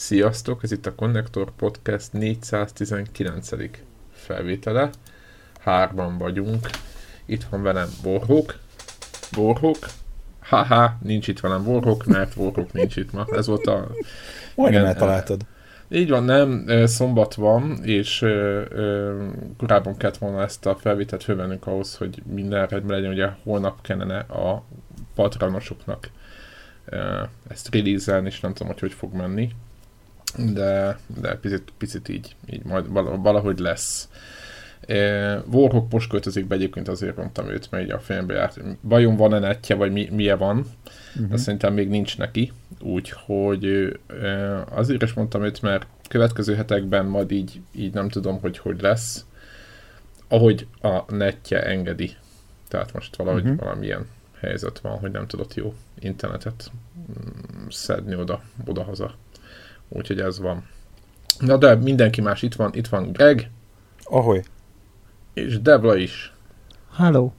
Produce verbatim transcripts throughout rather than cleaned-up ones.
Sziasztok, ez itt a Konnektor Podcast négyszáztizenkilencedik felvétele. Hárman vagyunk. Itt van velem Borhók. Borhók. Haha, nincs itt velem Borhók, mert Borhók nincs itt ma. Ez volt a... Majdnem eltaláltad. Így van, nem, szombat van, és ö, ö, korábban kellett volna ezt a felvételt fölvennünk ahhoz, hogy minden rendben legyen, ugye holnap kellene a patronosoknak ö, ezt release-elni, és nem tudom, hogy hogy fog menni, de, de picit, picit így, így majd valahogy lesz. Warhawk most költözik be, egyébként azért mondtam őt, mert így a filmbe járt. Vajon van-e netje, vagy mi, milyen van? Uh-huh. De szerintem még nincs neki, úgyhogy azért is mondtam őt, mert következő hetekben majd így, így nem tudom, hogy hogy lesz, ahogy a netje engedi. Tehát most valahogy uh-huh. valamilyen helyzet van, hogy nem tudott jó internetet szedni oda, oda-haza. Úgyhogy ez van. Na de mindenki más itt van, itt van Greg. Ahogy. És Debla is. Hello.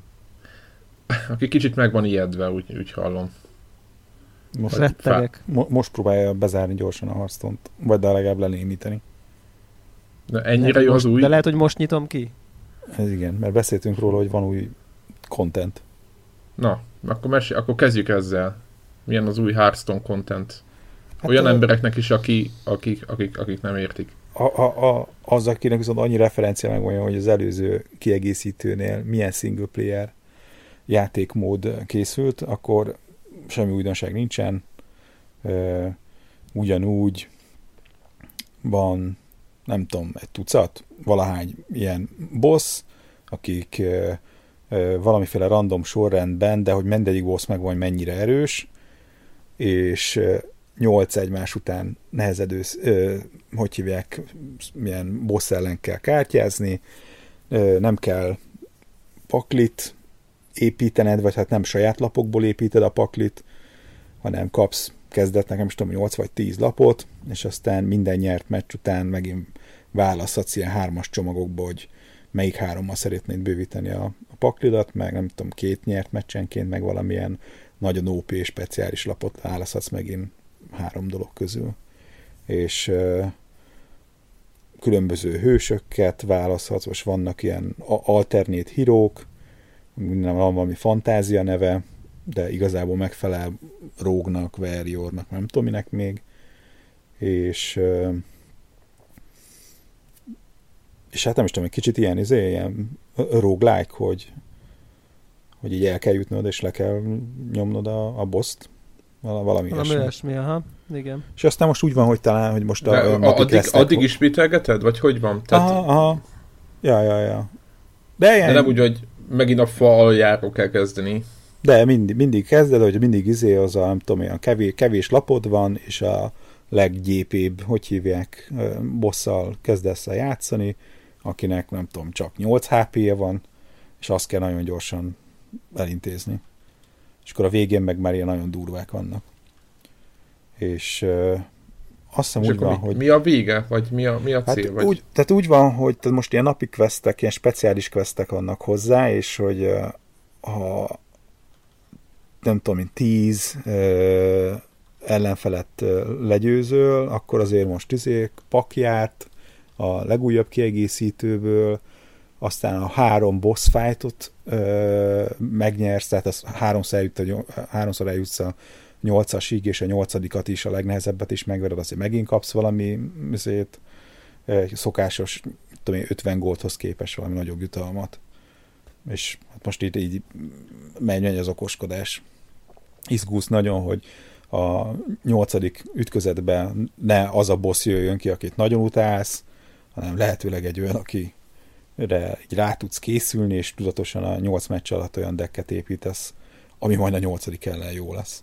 Aki kicsit meg van ijedve, úgy, úgy hallom. Most rettegek. Mo- most próbálja bezárni gyorsan a Hearthstone-t, vagy de legalább lenémíteni. De ennyire jó az új? De lehet, hogy most nyitom ki? Ez igen, mert beszéltünk róla, hogy van új content. Na, akkor, mesél, akkor kezdjük ezzel. Milyen az új Hearthstone content? Hát olyan a... embereknek is, aki, akik, akik, akik nem értik. A, a, a, az, akinek viszont annyi referencia megvan, hogy az előző kiegészítőnél milyen single player játékmód készült, akkor semmi újdonság nincsen. Ö, ugyanúgy van, nem tudom, egy tucat, valahány ilyen boss, akik ö, ö, valamiféle random sorrendben, de hogy mindegyik boss meg van, mennyire erős, és ö, nyolc egymás után nehezedő, ö, hogy hívják, milyen boss ellen kell kártyázni, ö, nem kell paklit építened, vagy hát nem saját lapokból építed a paklit, hanem kapsz kezdetnek, nem is tudom, nyolc vagy tíz lapot, és aztán minden nyert meccs után megint választhatsz ilyen hármas csomagokba, hogy melyik hárommal szeretnéd bővíteni a, a paklidat, meg nem tudom, két nyert meccsenként, meg valamilyen nagyon ó pé speciális lapot választhatsz megint három dolog közül. És uh, különböző hősöket választhatsz, most vannak ilyen alternate hírók, minden van valami fantázia neve, de igazából megfelel Rogue-nak, Warrior-nak, nem tudom minek még. És uh, és hát nem is tudom, egy kicsit ilyen, izé, ilyen roguelike, hogy hogy így el kell jutnod, és le kell nyomnod a, a boss-t. Valami Valami ilyesmi, aha, igen. És aztán most úgy van, hogy talán, hogy most a... a addig, lesznek, addig is spitelgeted? Vagy hogy van? Tehát... Aha, aha. Ja, ja, ja. De, ilyen... De nem úgy, hogy megint a fa aljáról kell kezdeni. De mindig, mindig kezded, hogy mindig izé az a, nem tudom, olyan kevés, kevés lapod van, és a leggyépébb, hogy hívják, bosszal kezdesz el játszani, akinek, nem tudom, csak nyolc há pé-je van, és azt kell nagyon gyorsan elintézni. És akkor a végén meg már ilyen nagyon durvák vannak. És uh, azt hiszem úgy van, mi, hogy... Mi a vége? Vagy mi a, mi a hát cél? Vagy... Úgy, tehát úgy van, hogy tehát most ilyen napi questek, ilyen speciális questek vannak hozzá, és hogy uh, ha nem tudom, mint tíz uh, ellenfelet uh, legyőzöl, akkor azért most izék pakját a legújabb kiegészítőből, aztán a három boss fightot ö, megnyersz, tehát az háromszor, eljut a, háromszor eljutsz a nyolcasig, és a nyolcadikat is, a legnehezebbet is megvered, azért megint kapsz valami azért, szokásos, tudom én, ötven goldhoz képes valami nagyobb jutalmat. És hát most itt így megy, megy az okoskodás. Izgulsz nagyon, hogy a nyolcadik ütközetben ne az a boss jöjjön ki, akit nagyon utálsz, hanem lehetőleg egy olyan, aki de így rá tudsz készülni, és tudatosan a nyolc meccs alatt olyan decket építesz, ami majd a nyolcadik ellen jó lesz.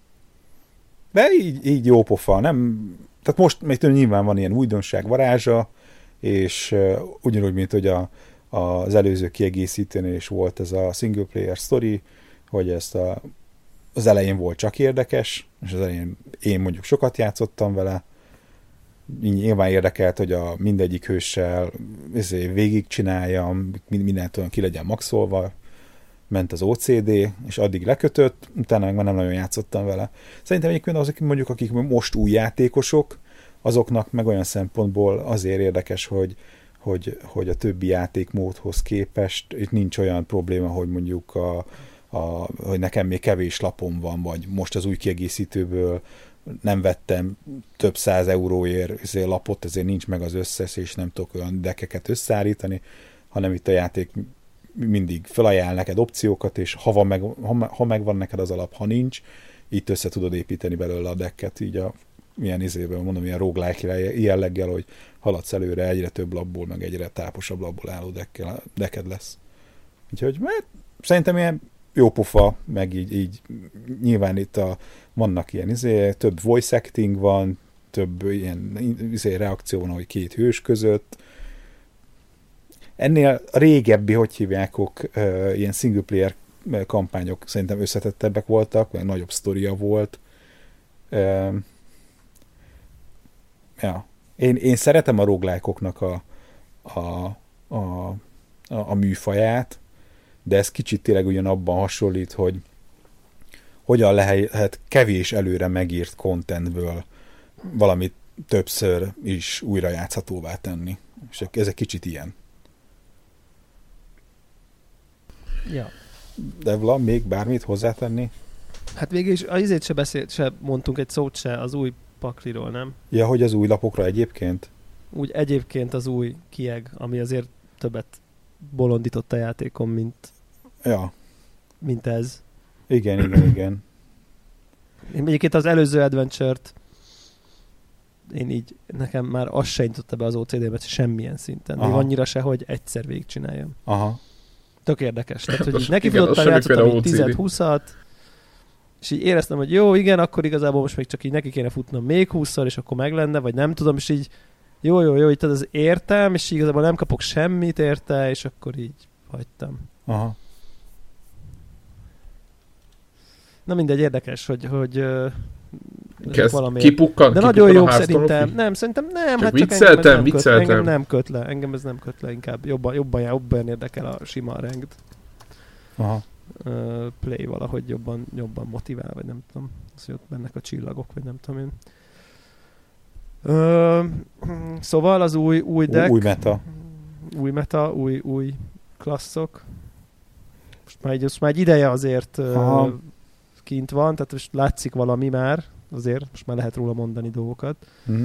De így, így jó pofa, nem... Tehát most még tőle nyilván van ilyen újdonság varázsa, és uh, ugyanúgy, mint hogy a, a, az előző kiegészítőnél is volt ez a single player story, hogy ezt a, az elején volt csak érdekes, és az elején én mondjuk sokat játszottam vele, nyilván érdekelt, hogy a mindegyik hőssel végigcsináljam, mindent olyan ki legyen maxolva, ment az o cé dé, és addig lekötött, utána meg már nem nagyon játszottam vele. Szerintem egyébként azok mondjuk, akik most új játékosok, azoknak meg olyan szempontból azért érdekes, hogy, hogy, hogy a többi játékmódhoz képest itt nincs olyan probléma, hogy mondjuk a, a, hogy nekem még kevés lapom van, vagy most az új kiegészítőből nem vettem több száz euróért ezért lapot, ezért nincs meg az összes, és nem tudok olyan deckeket összeállítani, hanem itt a játék mindig felajánl neked opciókat, és ha, van meg, ha, ha megvan neked az alap, ha nincs, itt össze tudod építeni belőle a decket, így a milyen izében, mondom, ilyen roguelike jelleggel, hogy haladsz előre, egyre több labból, meg egyre táposabb labból álló deckkel, decked lesz. Úgyhogy mert szerintem ilyen jó pofa, meg így, így nyilván itt a, vannak ilyen izé, több voice acting van, több ilyen izé, reakció van, hogy két hős között. Ennél a régebbi, hogy hívjákok, uh, ilyen single player kampányok szerintem összetettebbek voltak, vagy nagyobb sztoria volt. Uh, ja. Én, én szeretem a roguelike-oknak a, a, a, a, a műfaját, de ez kicsit tényleg ugyanabban hasonlít, hogy hogyan lehet kevés előre megírt contentből valamit többször is újra játszhatóvá tenni. És ez egy kicsit ilyen. Ja. Devla, még bármit hozzátenni? Hát végül is az izét se beszélt, se mondtunk egy szót se az új pakliról, nem? Ja, hogy az új lapokra egyébként? Úgy egyébként az új kieg, ami azért többet bolondított a játékon, mint, ja. mint ez. Igen, igen, igen. Én egyébként az előző Adventure-t én így, nekem már az se nyitotta be az ó cé dé-bet semmilyen szinten. Még annyira se, hogy egyszer végigcsináljam. Aha. Tök érdekes. Tehát, hogy így neki futottam, játszottam tíz-húszat, és így éreztem, hogy jó, igen, akkor igazából most még csak így neki kéne futnom még húszszor, és akkor meg lenne, vagy nem tudom, és így jó, jó, jó, így tehát az értem, és igazából nem kapok semmit érte, és akkor így hagytam. Aha. Na mindegy, érdekes, hogy, hogy kipukkant, de nagyon jó szerintem. Nem, szerintem nem. Csak hát vicceltem, csak engem vicceltem. Köt, engem nem köt le, engem ez nem köt le, inkább jobban, jobban, jobban érdekel a sima ranked. Aha. Uh, play valahogy jobban, jobban motivál, vagy nem tudom. Az, hogy ott bennek a csillagok, vagy nem tudom én. Uh, szóval az új, új deck. Új meta. Új meta, új, új klasszok. Most már, egy, most már egy ideje azért uh, kint van, tehát most látszik valami már, azért most már lehet róla mondani dolgokat. Mm.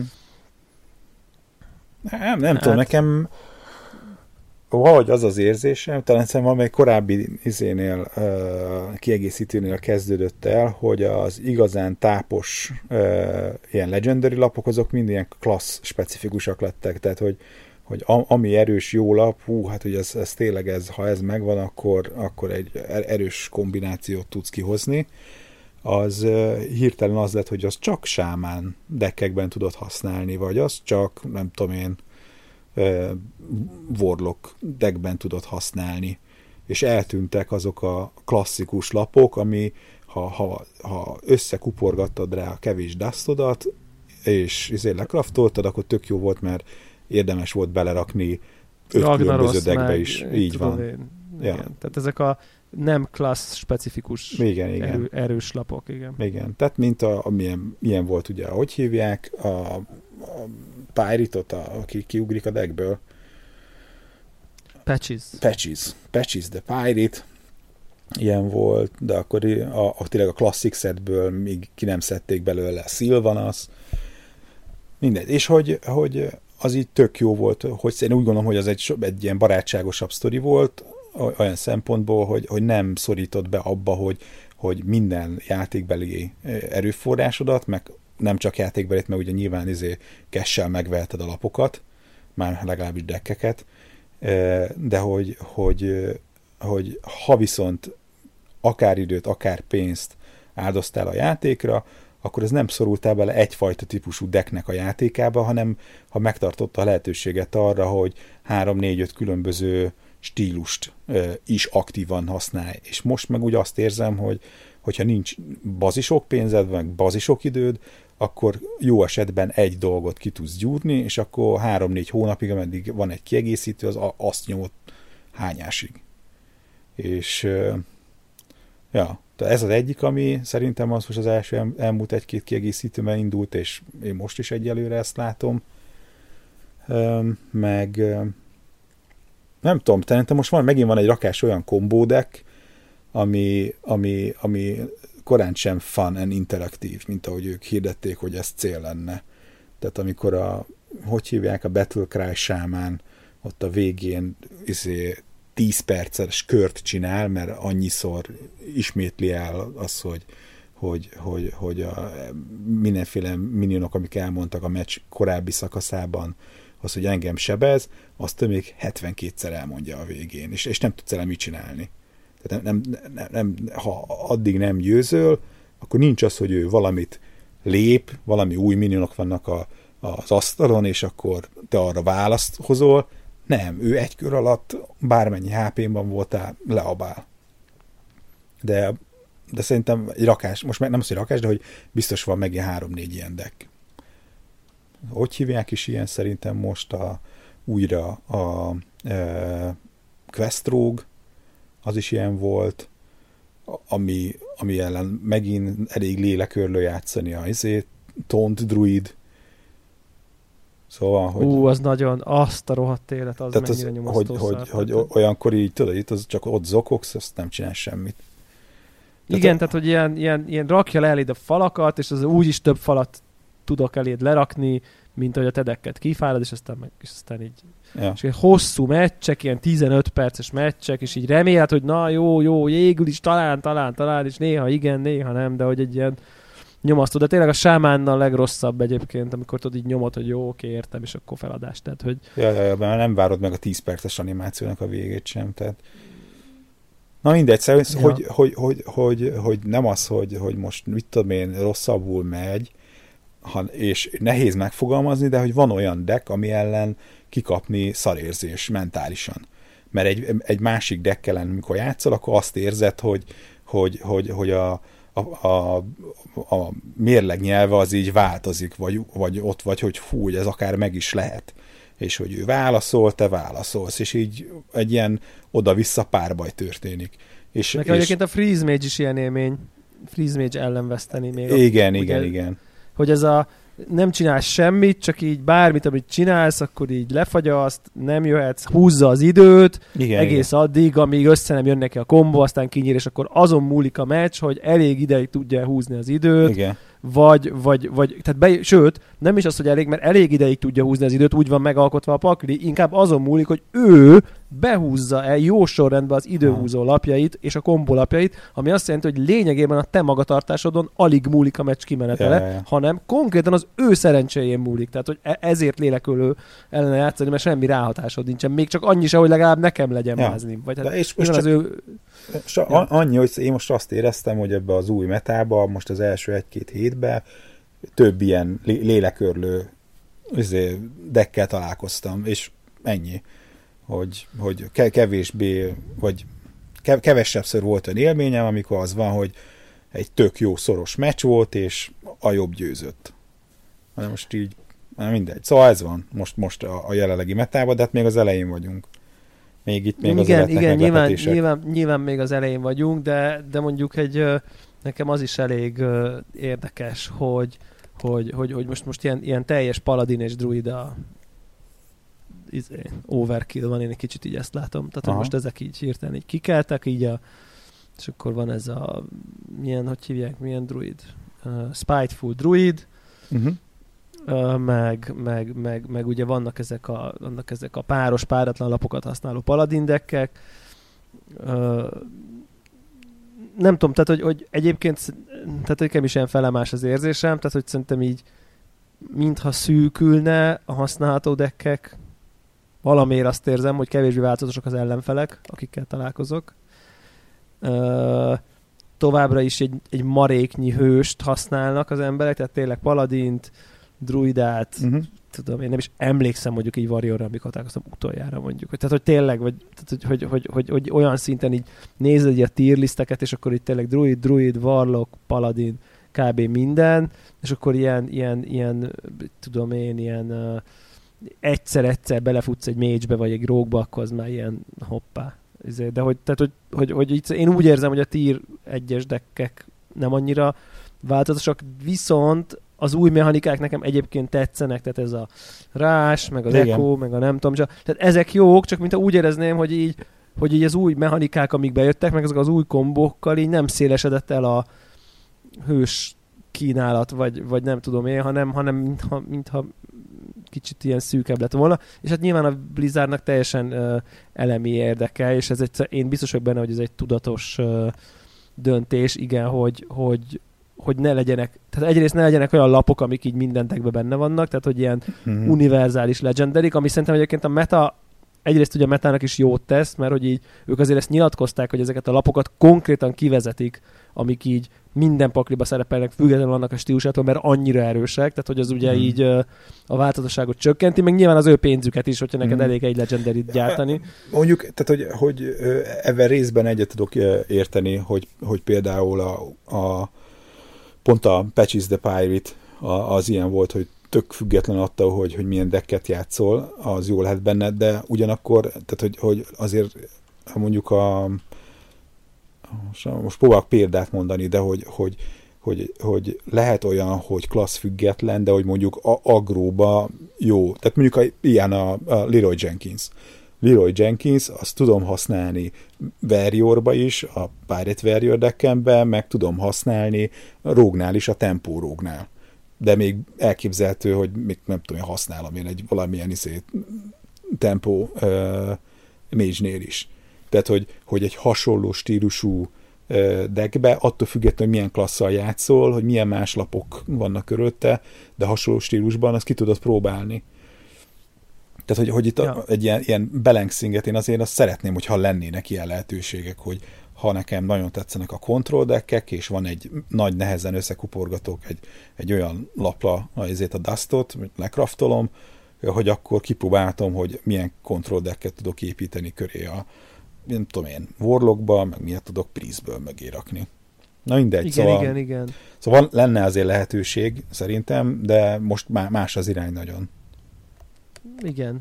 Nem, nem hát. tudom, nekem valahogy az az érzésem, talán szerintem valamely korábbi izénél, uh, kiegészítőnél kezdődött el, hogy az igazán tápos uh, ilyen legendary lapok, azok mind ilyen klassz specifikusak lettek, tehát hogy, hogy ami erős jó lap, hú, hát hogy ez, ez tényleg ez, ha ez megvan, akkor, akkor egy erős kombinációt tudsz kihozni. Az uh, hirtelen az lett, hogy az csak sámán deckekben tudod használni, vagy az csak, nem tudom én, uh, Warlock deckben tudod használni. És eltűntek azok a klasszikus lapok, ami ha, ha, ha összekuporgattad rá a kevés dustodat, és ezért lekraftoltad, akkor tök jó volt, mert érdemes volt belerakni öt különböző deckbe is. Így van. Én, ja. Tehát ezek a nem klassz specifikus igen, igen. Erő, erős lapok, igen. Igen, tehát mint a, a milyen, milyen volt ugye, hogy hívják, a, a Pirate-ot, a, aki kiugrik a deckből. Patches. Patches. Patches the Pirate. Ilyen volt, de akkor a, a, tényleg a Classic setből még ki nem szedték belőle a Sylvanas. Mindegy. És hogy, hogy az így tök jó volt, hogy én úgy gondolom, hogy az egy, egy ilyen barátságosabb sztori volt, olyan szempontból, hogy, hogy nem szorított be abba, hogy, hogy minden játékbeli erőforrásodat, meg nem csak játékbelit, mert ugye nyilván izé cash-sel megveheted a lapokat, már legalábbis deckeket, de hogy, hogy, hogy ha viszont akár időt, akár pénzt áldoztál a játékra, akkor ez nem szorultál bele egyfajta típusú decknek a játékába, hanem ha megtartotta a lehetőséget arra, hogy három, négy, öt különböző stílust e, is aktívan használj. És most meg úgy azt érzem, hogy hogyha nincs bazisok pénzed, meg bazisok időd, akkor jó esetben egy dolgot ki tudsz gyúrni, és akkor három-négy hónapig, ameddig van egy kiegészítő, az azt nyomott hányásig. És e, Ja, ez az egyik, ami szerintem az most az első el, elmúlt egy-két kiegészítőben indult, és én most is egyelőre ezt látom. Üm, meg üm, nem tudom, szerintem most van, megint van egy rakás olyan combo deck, ami, ami, ami korán sem fun and interaktív, mint ahogy ők hirdették, hogy ez cél lenne. Tehát amikor a, hogy hívják, a Battlecry sámán ott a végén izé, tíz perces kört csinál, mert annyiszor ismétli el az, hogy, hogy, hogy, hogy a mindenféle minionok, amik elmondtak a meccs korábbi szakaszában, az, hogy engem sebez, azt ő még hetvenkétszer elmondja a végén, és, és nem tudsz el mit csinálni. Tehát nem, nem, nem, ha addig nem győzöl, akkor nincs az, hogy ő valamit lép, valami új minionok vannak a, az asztalon, és akkor te arra választ hozol. Nem, ő egy kör alatt bármennyi há pé-ban voltál, leabál. De, de szerintem egy rakás, most nem az, hogy rakás, de hogy biztos van megint három-négy ilyen deck. Hogy hívják is ilyen szerintem most a, újra a e, Quest Rogue, az is ilyen volt, ami, ami ellen megint elég lélekörlő játszani a izé, Taunt Druid. Szóval, hogy... Ú, az nagyon, azt a rohadt élet, az mennyire az, nyomasztó hogy, hogy, hogy olyankor így, tudod, itt az csak ott zokogsz, azt nem csinál semmit. Tehát igen, a... tehát, hogy ilyen, ilyen, ilyen rakja le eléd a falakat, és az úgyis több falat tudok eléd lerakni, mint hogy a tedekket kifárad, és aztán, meg, és aztán így... Ja. És ilyen hosszú meccsek, ilyen tizenöt perces meccsek, és így remélt, hogy na jó, jó, jégül is talán, talán, talán, és néha igen, néha nem, de hogy egy ilyen nyomasztó. De tényleg a sámánnal a legrosszabb egyébként, amikor tudod így nyomod, hogy jó, oké, értem, és akkor feladás. Tehát, hogy... Ja, ja, ja, mert nem várod meg a tíz perces animációnak a végét sem, tehát... Na mindegy, szóval, ja. hogy, hogy, hogy, hogy, hogy nem az, hogy, hogy most mit tudom én, rosszabbul megy, han, és nehéz megfogalmazni, de hogy van olyan deck, ami ellen kikapni szarérzés mentálisan. Mert egy, egy másik deck ellen, amikor játszol, akkor azt érzed, hogy, hogy, hogy, hogy a, a, a, a mérleg nyelve az így változik, vagy, vagy ott vagy, hogy fú, ez akár meg is lehet. És hogy ő válaszol, te válaszolsz, és így egy ilyen oda-vissza párbaj történik. És, Nekem és... egyébként a Freeze Mage is ilyen élmény. Freeze Mage ellen veszteni még. Igen, a, igen, ugye, igen. Hogy ez a nem csinálsz semmit, csak így bármit, amit csinálsz, akkor így lefagyaszt, nem jöhetsz, húzza az időt, igen, egész igen. addig, amíg össze nem jön neki a kombó, aztán kinyír, és akkor azon múlik a meccs, hogy elég ideig tudja húzni az időt, igen. vagy, vagy, vagy tehát be, sőt, nem is az, hogy elég, mert elég ideig tudja húzni az időt, úgy van megalkotva a pakli, inkább azon múlik, hogy ő behúzza el jó sorrendben az időhúzó lapjait és a kombó lapjait, ami azt jelenti, hogy lényegében a te magatartásodon alig múlik a meccs kimenetele, ja, ja. hanem konkrétan az ő szerencséjén múlik. Tehát, hogy ezért lélekülő ellene játszani, mert semmi ráhatásod nincsen. Még csak annyi se, hogy legalább nekem legyen ja. mázni. Vagy hát és most az ő... ja. annyi, hogy én most azt éreztem, hogy ebbe az új metába, most az első egy-két hétben több ilyen lélekörlő deckkel találkoztam, és ennyi. Hogy, hogy kevésbé, vagy kevesebbször volt olyan élményem, amikor az van, hogy egy tök jó szoros meccs volt, és a jobb győzött. De most így, mindegy. Szóval ez van most, most a, a jelenlegi metában, de hát még az elején vagyunk. Még itt még igen, az igen, nyilván, nyilván, nyilván még az elején vagyunk, de, de mondjuk egy, nekem az is elég érdekes, hogy, hogy, hogy, hogy most, most ilyen, ilyen teljes paladin és druida izé, overkill van, én egy kicsit így ezt látom. Tehát, hogy most ezek így hirtelen így kikeltek, így a, és akkor van ez a, milyen, hogy hívják, milyen druid? Uh, Spiteful druid, uh-huh. uh, meg, meg, meg, meg ugye vannak ezek a, vannak ezek a páros, páratlan lapokat használó paladin deckek. Uh, nem tudom, tehát, hogy, hogy egyébként tehát nekem is ilyen felemás az érzésem, tehát, hogy szerintem így mintha szűkülne a használható deckek. Valamiért azt érzem, hogy kevésbé változatosak az ellenfelek, akikkel találkozok. Uh, továbbra is egy, egy maréknyi hőst használnak az emberek, tehát tényleg paladint, druidát, uh-huh. tudom, én nem is emlékszem mondjuk így Warriorra, amikor találkoztam utoljára mondjuk. Tehát, hogy tényleg, vagy, tehát, hogy, hogy, hogy, hogy, hogy olyan szinten így nézed a tier listeket, és akkor itt tényleg druid, druid, warlock, paladin, kb. Minden, és akkor ilyen, ilyen, ilyen tudom én, ilyen uh, egyszer-egyszer belefutsz egy mage-be, vagy egy rogue-ba, akkor az már ilyen hoppá. de hogy, tehát, hogy, hogy, hogy itt én úgy érzem, hogy a tier egyes deckek nem annyira változatosak, viszont az új mechanikák nekem egyébként tetszenek, tehát ez a rás, meg az echo, meg a nem tudom, csak, tehát ezek jók, csak mintha úgy érezném, hogy így, hogy így az új mechanikák, amik bejöttek, meg azok az új kombókkal így nem szélesedett el a hős kínálat, vagy, vagy nem tudom én, hanem, hanem mintha, mintha kicsit ilyen szűkebb lett volna, és hát nyilván a Blizzardnak teljesen uh, elemi érdeke, és ez egy, én biztos vagyok benne, hogy ez egy tudatos uh, döntés, igen, hogy, hogy, hogy ne legyenek, tehát egyrészt ne legyenek olyan lapok, amik így minden deckben benne vannak, tehát hogy ilyen mm-hmm. univerzális legendarik, ami szerintem egyébként a meta egyrészt ugye a metának is jót tesz, mert hogy így ők azért ezt nyilatkozták, hogy ezeket a lapokat konkrétan kivezetik, amik így minden pakliba szerepelnek, függetlenül annak a stílusától, mert annyira erősek, tehát hogy az ugye mm. így a változatosságot csökkenti, meg nyilván az ő pénzüket is, hogyha neked mm. elég egy legendarit gyártani. Mondjuk, tehát hogy, hogy ebben részben egyet tudok érteni, hogy, hogy például a, a pont a Patches the Pirate az ilyen volt, hogy tök független attól, hogy, hogy milyen decket játszol, az jó lehet benned, de ugyanakkor, tehát hogy, hogy azért, ha mondjuk a most próbálok példát mondani, de hogy, hogy, hogy, hogy lehet olyan, hogy klassz független, de hogy mondjuk a agróba jó. Tehát mondjuk a, ilyen a, a Leroy Jenkins. Leroy Jenkins, azt tudom használni Warriorba is, a Pirate Warrior deckemben, meg tudom használni Rogue-nál is, a Tempo Rogue-nál. De még elképzelhető, hogy még nem tudom, használom én egy valamilyen izé, Tempo uh, Mage-nél is. Tehát, hogy, hogy egy hasonló stílusú uh, deckbe, attól függetlenül, hogy milyen klasszal játszol, hogy milyen más lapok vannak körülötte, de hasonló stílusban, azt ki tudod próbálni. Tehát, hogy, hogy itt ja. a, egy ilyen, ilyen balancinget én azért azt szeretném, hogyha lennének ilyen lehetőségek, hogy ha nekem nagyon tetszenek a control deckek, és van egy nagy nehezen összekuporgatók egy, egy olyan lapra azért a Dustot, lekraftolom, hogy akkor kipróbáltam, hogy milyen control decket tudok építeni köré a, nem tudom én, Warlockba, meg miért tudok Priestből mögé rakni. Na mindegy. Igen, szóval, igen, igen. Szóval lenne azért lehetőség, szerintem, de most más az irány nagyon. Igen.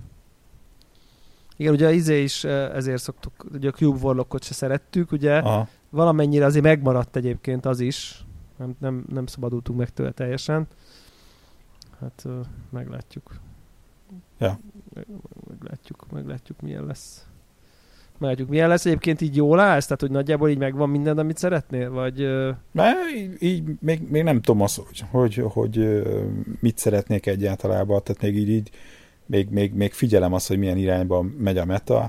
Igen, ugye az izé is ezért szoktuk, ugye a Cube Warlockot se szerettük, ugye aha. Valamennyire azért megmaradt egyébként az is, nem, nem, nem szabadultunk meg tőle teljesen. Hát meglátjuk. Ja. Meg, meglátjuk, meglátjuk milyen lesz. Meglátjuk milyen lesz. Egyébként így jól állsz? Tehát, hogy nagyjából így megvan minden, amit szeretnél? Vagy... Ne, így, így még, még nem tudom azt, hogy, hogy, hogy mit szeretnék egyáltalában, tehát még így, így Még, még, még figyelem azt, hogy milyen irányban megy a meta.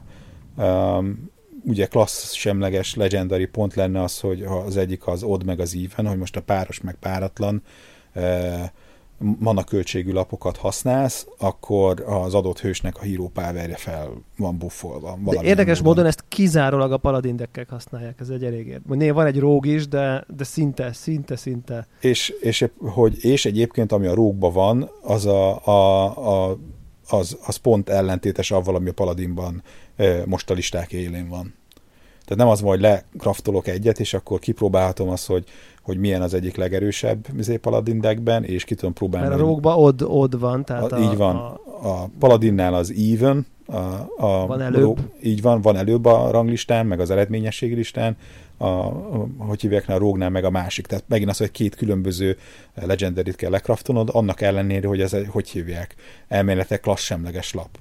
Um, ugye klassz semleges legendary pont lenne az, hogy az egyik az odd meg az even, hogy most a páros meg páratlan uh, mana költségű lapokat használsz, akkor az adott hősnek a hero powerje fel van buffolva. De érdekes módon. módon ezt kizárólag a paladin deckek használják, ez egy elég érdekes. Van egy rogue is, de, de szinte, szinte, szinte. És, és, hogy, és egyébként, ami a rogue-ban van, az a, a, a Az, az pont ellentétes avval, ami a Paladinban e, most a listák élén van. Tehát nem az van, hogy lekraftolok egyet, és akkor kipróbálhatom azt, hogy, hogy milyen az egyik legerősebb Paladin deckben, és ki tudom próbálni. Mert a Rogue-ban odd, odd van. Tehát a, a, így van. A, a Paladinnál az even, a, a, van előbb. Rogue, így van, van előbb a ranglistán, meg az eredményességi listán, a, a, hogy hívják, a Rogue-nál meg a másik. Tehát megint az, hogy két különböző legendarit kell lekraftolnod, annak ellenére, hogy ez, hogy hívják, elméletek klassz-semleges lap.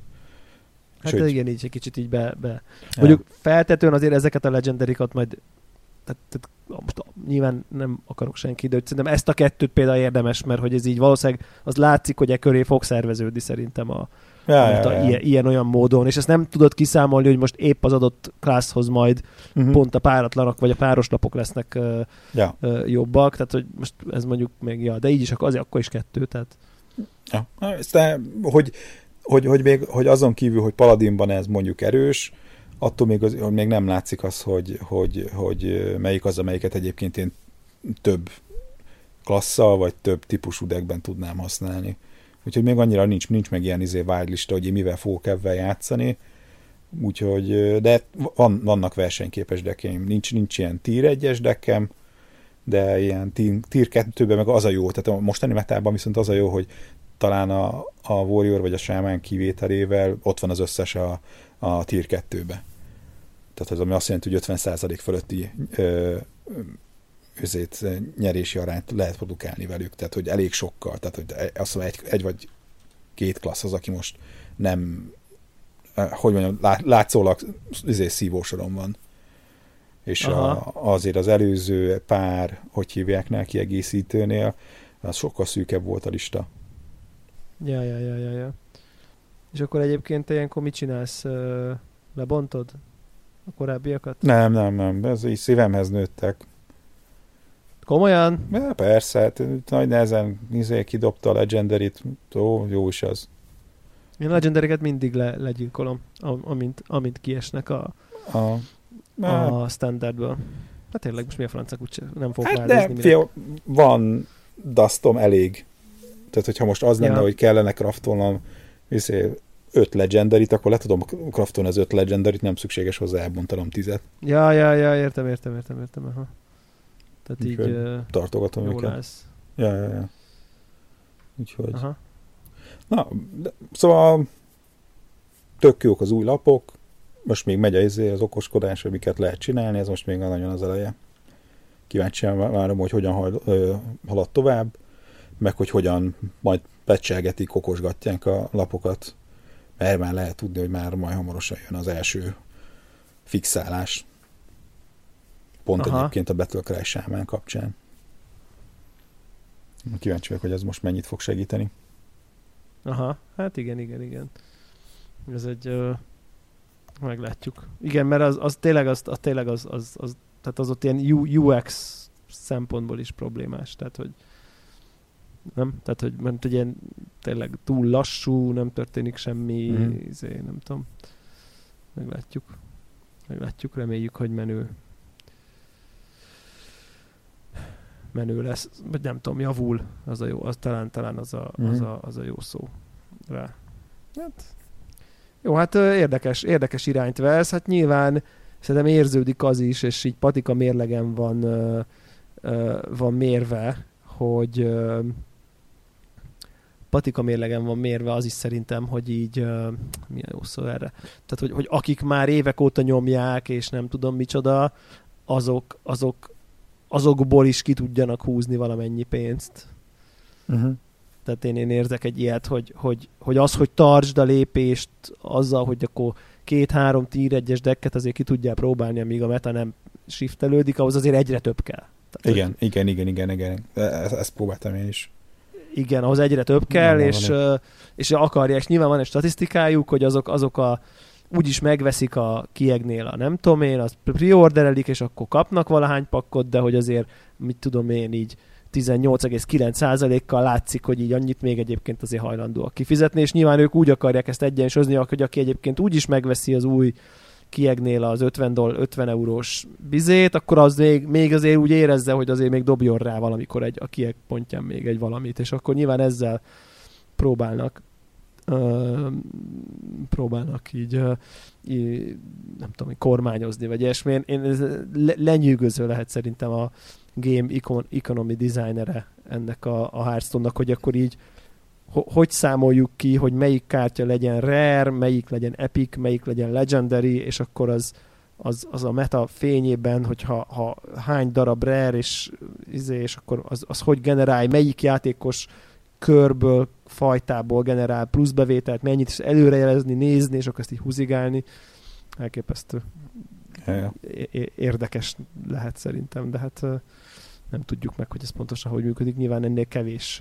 Hát hogy... igen, így egy kicsit így be... be. Mondjuk ja. Feltetően azért ezeket a legendarikat majd tehát, tehát most nyilván nem akarok senki, de szerintem ezt a kettőt például érdemes, mert hogy ez így valószínűleg az látszik, hogy e köré fog szerveződni szerintem a, ja, ja, a, ja. Ilyen, ilyen-olyan módon, és ezt nem tudod kiszámolni, hogy most épp az adott classhoz majd uh-huh. pont a páratlanak, vagy a páros lapok lesznek uh, ja. uh, jobbak, tehát hogy most ez mondjuk még, ja, de így is akkor, azért akkor is kettő, tehát... Ja, de, hogy, hogy, hogy, még, hogy azon kívül, hogy Paladinban ez mondjuk erős, attól még, az, még nem látszik az, hogy, hogy, hogy melyik az, amelyiket egyébként én több klasszal, vagy több típusú deckben tudnám használni. Úgyhogy még annyira nincs, nincs meg ilyen izé wild lista, hogy én mivel fogok ebben játszani. Úgyhogy, de van, vannak versenyképes deckeim. Nincs, nincs ilyen tier egyes deckem, de ilyen tier kettőben meg az a jó. Tehát a mostani metában viszont az a jó, hogy talán a, a Warrior vagy a Shaman kivételével ott van az összes a, a tier kettőbe. Tehát ez ami azt jelenti, hogy ötven százalék fölötti ö, özét, nyerési arányt lehet produkálni velük, tehát hogy elég sokkal, tehát hogy azt mondom, egy, egy vagy két klassz az, aki most nem, hogy mondjam, látszólag szívósoron van. És a, azért az előző pár, hogy hívják kiegészítőnél, az sokkal szűkebb volt a lista. Ja, ja, ja, ja, ja. És akkor egyébként te ilyenkor mit csinálsz? Lebontod a korábbiakat? Nem, nem, nem. Ez így szívemhez nőttek. Komolyan? Ja, persze, hát nagy nehezen izé, kidobta a Legendary-t. Ó, jó is az. Én a Legendary-ket mindig le, legyilkolom, amint, amint kiesnek a, a, a standardből. Hát tényleg most mi a francák úgy nem fogok hát változni. De, fia, van dustom elég. Tehát, hogyha most az lenne, ja. hogy kellene craftolnom izé, öt Legendary-t, akkor le tudom craftolni az öt Legendary-t, nem szükséges hozzá elbontanom tizet. Ja, ja, ja, értem, értem, értem, értem. Aha. Tehát úgyhogy így uh, tartogatom őket. Lesz. Ja, ja, ja. Úgyhogy. Aha. Na, de, szóval tök jók az új lapok, most még megy az, az okoskodás, hogy miket lehet csinálni, ez most még nagyon az eleje. Kíváncsian várom, hogy hogyan hal, ö, halad tovább, meg hogy hogyan majd pecselgetik, okosgatják a lapokat, mert már lehet tudni, hogy már majd hamarosan jön az első fixálás. Pont Aha. egyébként a Battle Cry sámán kapcsán. Kíváncsi vagyok, hogy ez most mennyit fog segíteni. Aha, hát igen, igen, igen. Ez egy... Ö, meglátjuk. Igen, mert az, az tényleg, az, az, tényleg az, az, az, tehát az ott ilyen U X szempontból is problémás. Tehát, hogy nem? Tehát, hogy mert ugye tényleg túl lassú, nem történik semmi, mm. izé, nem tudom. Meglátjuk. Meglátjuk, reméljük, hogy menő. menő lesz, vagy nem tudom, javul, az a jó, az talán, talán az, a, mm. az, a, az a jó szó rá. Hát, jó, hát érdekes, érdekes irányt vesz, hát nyilván szerintem érződik az is, és így patika mérlegen van, van mérve, hogy patika mérlegen van mérve az is szerintem, hogy így milyen jó szó erre. Tehát, hogy, hogy akik már évek óta nyomják, és nem tudom micsoda, azok, azok azokból is ki tudjanak húzni valamennyi pénzt. Uh-huh. Tehát én, én érzek egy ilyet, hogy, hogy, hogy az, hogy tartsd a lépést azzal, hogy akkor két-három tier egyes decket azért ki tudjál próbálni, amíg a meta nem shiftelődik, ahhoz azért egyre több kell. Tehát, igen, hogy, igen, igen, igen, igen. Ezt, ezt próbáltam én is. Igen, ahhoz egyre több kell, nem, és, uh, és akarják, és nyilván van egy statisztikájuk, hogy azok, azok a úgyis megveszik a kiegnél a nem tudom én, azt preorderelik, és akkor kapnak valahány pakkot, de hogy azért, mit tudom én, így tizennyolc egész kilenc százalékkal látszik, hogy így annyit még egyébként azért hajlandóak kifizetni, és nyilván ők úgy akarják ezt egyensúlyozni, hogy aki egyébként úgyis megveszi az új kiegnél az ötven, doll, ötven eurós bizét, akkor az még, még azért úgy érezze, hogy azért még dobjon rá valamikor egy, a kieg pontján még egy valamit, és akkor nyilván ezzel próbálnak Uh, próbálnak így, uh, így nem tudom, kormányozni, vagy ilyesmi. Én, én ez le, lenyűgöző lehet szerintem a game econ, economy designere ennek a, a Hearthstone-nak, hogy akkor így ho, hogy számoljuk ki, hogy melyik kártya legyen rare, melyik legyen epic, melyik legyen legendary, és akkor az, az, az a meta fényében, hogyha ha hány darab rare, és, és akkor az, az hogy generálj, melyik játékos körből, fajtából generál plusz bevételt, mennyit is előrejelezni, nézni, és akkor ezt így húzigálni. Elképesztő. Ja. Érdekes lehet szerintem, de hát nem tudjuk meg, hogy ez pontosan hogy működik. Nyilván ennél kevés...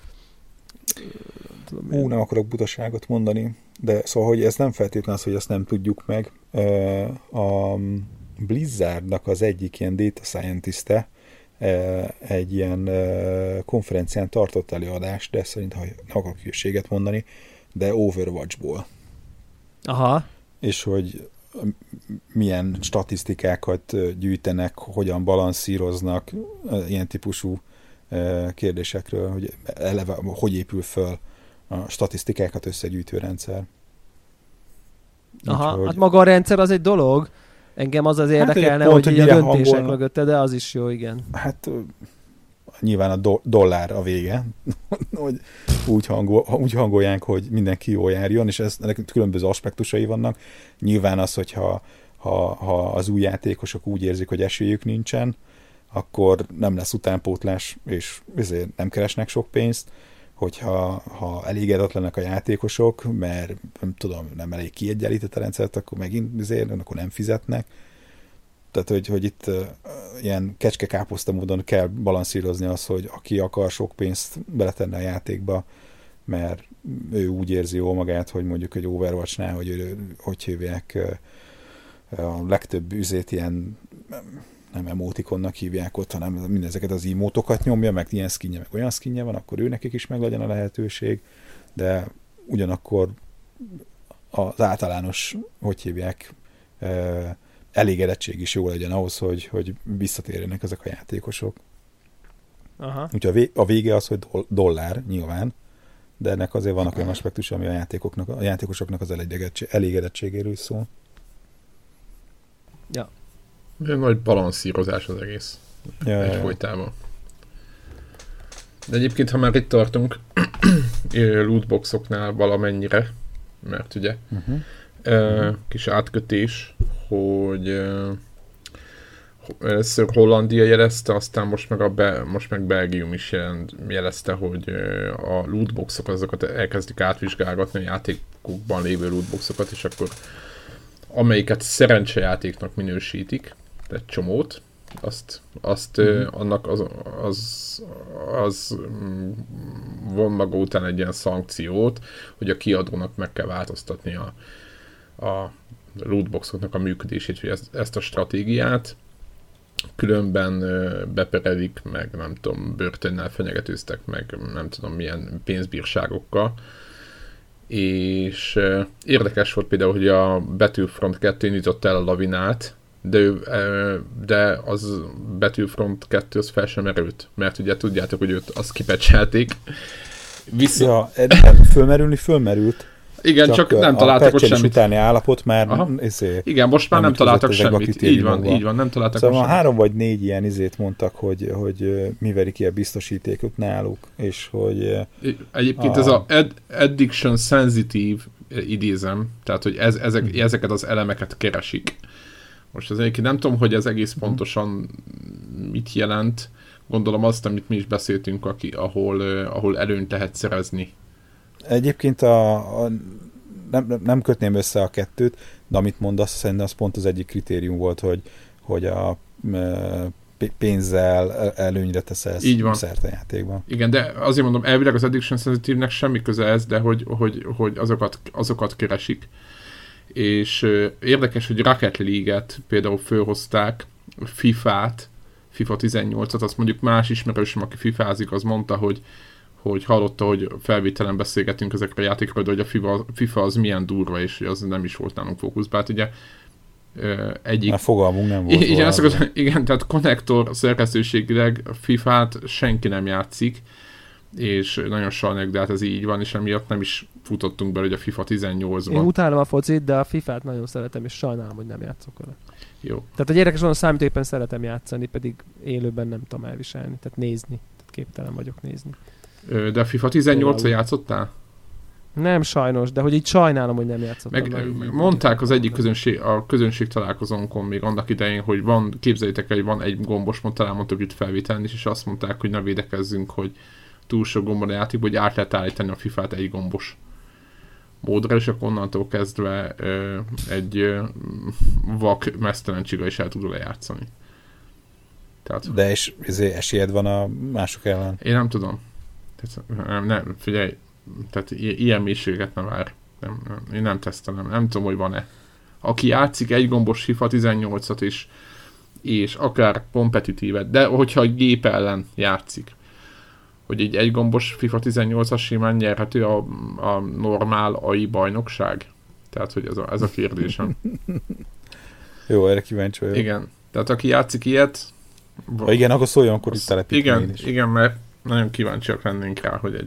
Tudom, Ú, nem akarok butaságot mondani, de szóval, hogy ez nem feltétlenül az, hogy ezt nem tudjuk meg. A Blizzardnak az egyik ilyen data scientiste egy ilyen konferencián tartott előadást, de szerintem, nem akarok hülyeséget mondani, de Overwatchból. Aha. És hogy milyen statisztikákat gyűjtenek, hogyan balanszíroznak ilyen típusú kérdésekről, hogy eleve hogy épül föl a statisztikákat összegyűjtő rendszer. Aha, Úgy, hát maga a rendszer az egy dolog, engem az az érdekelne, hát, hogy, hogy a döntések hangolna. Mögötte, de az is jó, igen. Hát nyilván a do- dollár a vége, hogy úgy, hangol, úgy hangolják, hogy mindenki jól járjon, és ez, ennek különböző aspektusai vannak. Nyilván az, hogyha ha, ha az új játékosok úgy érzik, hogy esélyük nincsen, akkor nem lesz utánpótlás, és ezért nem keresnek sok pénzt, hogyha ha elégedetlenek a játékosok, mert nem tudom, nem elég kiegyenlített a rendszert, akkor megint ezért, akkor nem fizetnek. Tehát, hogy, hogy itt uh, ilyen kecske-káposzta módon kell balanszírozni az, hogy aki akar sok pénzt beletenni a játékba, mert ő úgy érzi jól magát, hogy mondjuk egy Overwatch-nál, hogy ő, hogy hívják, uh, a legtöbb üzét ilyen nem emotikonnak hívják ott, hanem mindezeket az emótokat nyomja, meg ilyen skinje, meg olyan skinje van, akkor ő nekik is meg legyen a lehetőség, de ugyanakkor az általános, hogy hívják, uh, elégedettség is jó legyen ahhoz, hogy, hogy visszatérjenek ezek a játékosok. Aha. Úgyhogy a vége az, hogy dollár nyilván, de ennek azért vannak olyan aspektus, ami a játékoknak, a játékosoknak az elégedettségéről szól. Ja. De nagy balanszírozás az egész. Ja, egyfolytában. De egyébként, ha már itt tartunk, lootboxoknál valamennyire, mert ugye uh-huh. uh, kis átkötés, hogy uh, először Hollandia jelezte, aztán most meg, a Be- most meg Belgium is jelent, jelezte, hogy uh, a lootboxok azokat elkezdik átvizsgálgatni, a játékokban lévő lootboxokat, és akkor amelyiket szerencsejátéknak minősítik, egy csomót, azt, azt mm-hmm. uh, annak az, az, az von maga után egy ilyen szankciót, hogy a kiadónak meg kell változtatni a, a lootboxoknak a működését, vagy ezt, ezt a stratégiát, különben uh, beperelik, meg nem tudom, börtönnel fenyegetőztek, meg nem tudom milyen pénzbírságokkal. És uh, érdekes volt például, hogy a Battlefront kettő indított el a lavinát, de, uh, de az Battlefront kettő az fel sem merült, mert ugye tudjátok, hogy őt azt kipecselték. Vissza... Ja, fölmerülni fölmerült. Igen, csak, csak nem találtak ott semmit. Utáni állapot már... Izé, igen, most már nem találtak semmit. Így van, így van, nem találtak szóval semmit. három vagy négy ilyen izét mondtak, hogy, hogy mi verik ki a biztosítékot náluk, és hogy... Egyébként a... ez a ad, addiction sensitive idézem, tehát, hogy ez, ezek, hmm. ezeket az elemeket keresik. Most az egyébként nem tudom, hogy ez egész pontosan mit jelent. Gondolom azt, amit mi is beszéltünk, aki, ahol, ahol előnyt lehet szerezni. Egyébként a, a, nem, nem kötném össze a kettőt, de amit mondasz, szerintem az pont az egyik kritérium volt, hogy, hogy a pénzzel előnyre teszel szert a játékban. Igen, de azért mondom, elvileg az Addiction Sensitive-nek semmi köze ez, de hogy, hogy, hogy azokat, azokat keresik. És uh, érdekes, hogy Rocket League-et például fölhozták, fifát, FIFA tizennyolcat, azt mondjuk más ismerősöm, aki fifázik, az mondta, hogy hogy hallotta, hogy felvételen beszélgetünk ezekre a játékról, de hogy a FIFA, FIFA az milyen durva, és az nem is volt nálunk fókuszban. Hát ugye egyik... Már fogalmunk nem volt. Igen, azokat, igen, tehát konnektor szerkesztőségileg a fifát senki nem játszik, és nagyon sajnáljuk, de hát ez így van, és emiatt nem is futottunk bele, hogy a FIFA tizennyolcban. Én utálom a focit, de a fifát nagyon szeretem, és sajnálom, hogy nem játszok vele. Jó. Tehát egy érdekes van, a számítógépen szeretem játszani, pedig élőben nem tudom elviselni, tehát nézni. Tehát képtelen vagyok nézni. De a FIFA tizennyolccal játszottál? Nem sajnos, de hogy így sajnálom, hogy nem játszottam. Meg, meg mondták az egyik közönség, a közönség találkozónkon még annak idején, hogy van, képzeljétek el, hogy van egy gombos mod, talán mondtuk itt felvételni is, és azt mondták, hogy ne védekezzünk, hogy túl sok gombon a játék, hogy át lehet állítani a fifát egy gombos módra, és akkor onnantól kezdve ö, egy ö, vak mesztelen csiga is el tud lejátszani. Tehát, de és esélyed van a mások ellen? Én nem tudom. Tehát, nem, nem, figyelj, tehát i- ilyen mélységet nem vár. Nem, nem, én nem tesztelem, nem tudom, hogy van-e. Aki játszik egy gombos FIFA tizennyolcat is, és akár kompetitívet, de hogyha egy gép ellen játszik, hogy egy egygombos FIFA tizennyolcas simán nyerhető a, a normál á i bajnokság? Tehát, hogy ez a, ez a kérdésem. Jó, erre kíváncsi vagyok. Igen, tehát aki játszik ilyet... Ha igen, akkor szóljon, akkor itt telepítem én is. Igen, mert nagyon kíváncsiak lennénk rá, hogy egy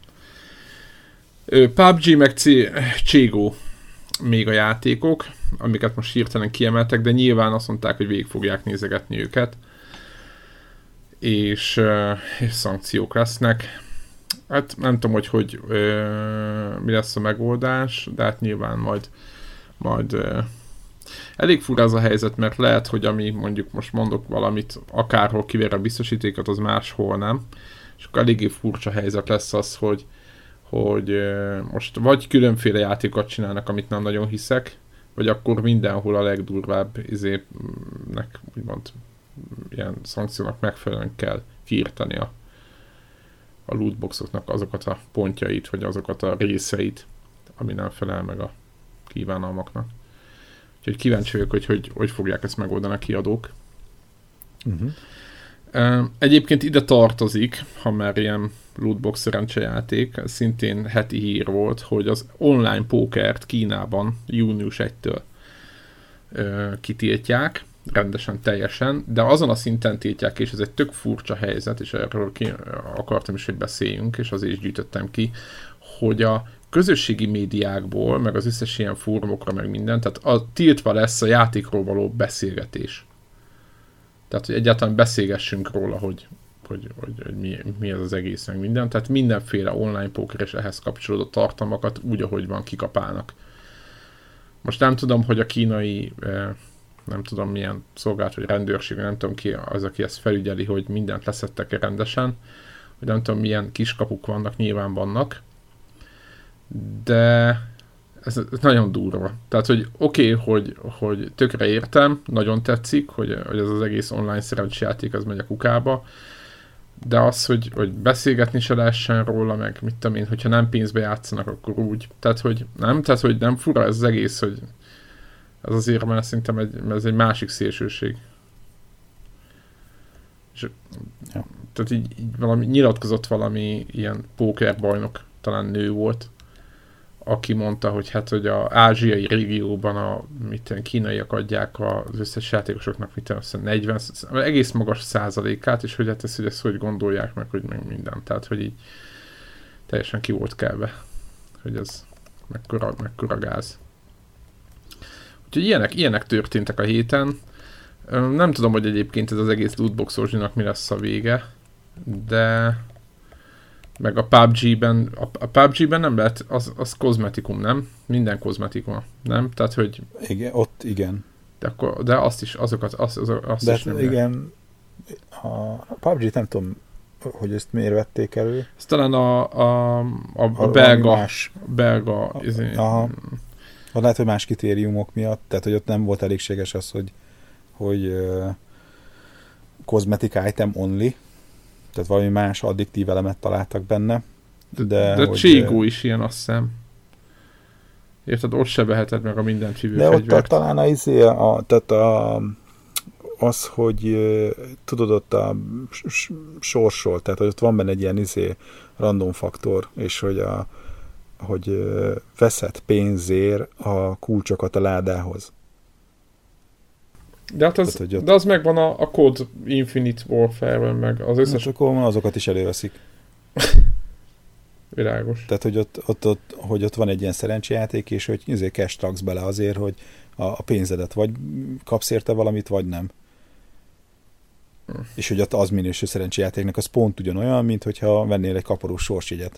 pé u bé gé meg Cségó még a játékok, amiket most hirtelen kiemeltek, de nyilván azt mondták, hogy végig fogják nézegetni őket, és, és szankciók lesznek. Hát nem tudom, hogy, hogy mi lesz a megoldás, de hát nyilván majd, majd elég fura ez a helyzet, mert lehet, hogy ami mondjuk most mondok valamit, akárhol kivér a biztosítékot, az máshol nem. És akkor eléggé furcsa helyzet lesz az, hogy, hogy most vagy különféle játékot csinálnak, amit nem nagyon hiszek, vagy akkor mindenhol a legdurvább izének, úgymond ilyen szankciónak megfelelően kell kiírtani a, a lootboxoknak azokat a pontjait, vagy azokat a részeit, ami nem felel meg a kívánalmaknak. Úgyhogy kíváncsi vagyok, hogy hogy, hogy fogják ezt megoldani a kiadók. Uh-huh. Egyébként ide tartozik, ha már ilyen lootbox szerencsejáték, szintén heti hír volt, hogy az online pókert Kínában június elsejétől kitiltják, rendesen, teljesen, de azon a szinten tiltják, és ez egy tök furcsa helyzet, és erről ki akartam is, hogy beszéljünk, és azért is gyűjtöttem ki, hogy a közösségi médiákból, meg az összes ilyen fórumokra, meg minden, tehát a, tiltva lesz a játékról való beszélgetés. Tehát, hogy egyáltalán beszélgessünk róla, hogy, hogy, hogy, hogy mi, mi ez az egész, meg minden. Tehát mindenféle online póker és ehhez kapcsolódó tartalmakat úgy, ahogy van, kikapálnak. Most nem tudom, hogy a kínai, nem tudom milyen szolgálat, vagy rendőrség, nem tudom ki az, aki ezt felügyeli, hogy mindent leszettek rendesen, hogy nem tudom, milyen kiskapuk vannak, nyilván vannak, de ez nagyon durva. Tehát, hogy oké, okay, hogy, hogy tökre értem, nagyon tetszik, hogy, hogy ez az egész online szerencsejáték az megy a kukába, de az, hogy, hogy beszélgetni se lehessen róla, meg mit tudom én, hogyha nem pénzbe játszanak, akkor úgy. Tehát, hogy nem, tehát, hogy nem fura ez az egész, hogy ez azért, mert szerintem egy, ez egy másik szélsőség. És, ja. Tehát így, így valami, nyilatkozott valami ilyen pókerbajnok, talán nő volt, aki mondta, hogy hát, hogy az ázsiai régióban a mit, kínaiak adják az összes játékosoknak mit, negyven, egész magas százalékát, és hogy hát ezt, hogy ezt hogy gondolják meg, hogy meg minden. Tehát, hogy így teljesen ki volt kelve, hogy ez mekkora, mekkora gáz. Úgyhogy ilyenek, ilyenek történtek a héten. Nem tudom, hogy egyébként ez az egész lootbox-orginak mi lesz a vége, de meg a pé u bé gé-ben, a, a pé u bé gé-ben nem lehet, az, az kozmetikum, nem? Minden kozmetikum, nem? Tehát, hogy... Igen, ott igen. De, akkor, de azt is, azokat, azt, az, azt de is nem igen, a, a pé u bé gé-t nem tudom, hogy ezt miért vették elő. Ez talán a, a, a, a belga, más, belga... A, izé, aha. Lehet, hogy más kritériumok miatt, tehát, hogy ott nem volt elégséges az, hogy hogy uh, cosmetic item only, tehát valami más addiktív elemet találtak benne. De, de, de hogy, Cségó is ilyen, azt hiszem. Érted, ott se veheted meg a mindent hívő de fegyvert. De ott talán a, izé, a, tehát a, az, hogy uh, tudod, ott a sorsol, tehát hogy ott van benne egy ilyen izé, random faktor, és hogy a hogy uh, veszed pénzért a kulcsokat a ládához. De hát az, tehát, de az megvan a, a Code Infinite Warfare-ben, meg az összes... Hát akkor azokat is előveszik. Világos. Tehát, hogy ott, ott, ott, hogy ott van egy ilyen szerencsejáték, és hogy azért cash raksz bele azért, hogy a, a pénzedet vagy kapsz érte valamit, vagy nem. Hm. És hogy ott az minőső szerencsejátéknak az pont ugyanolyan, mint hogyha vennél egy kaparós sorsjegyet.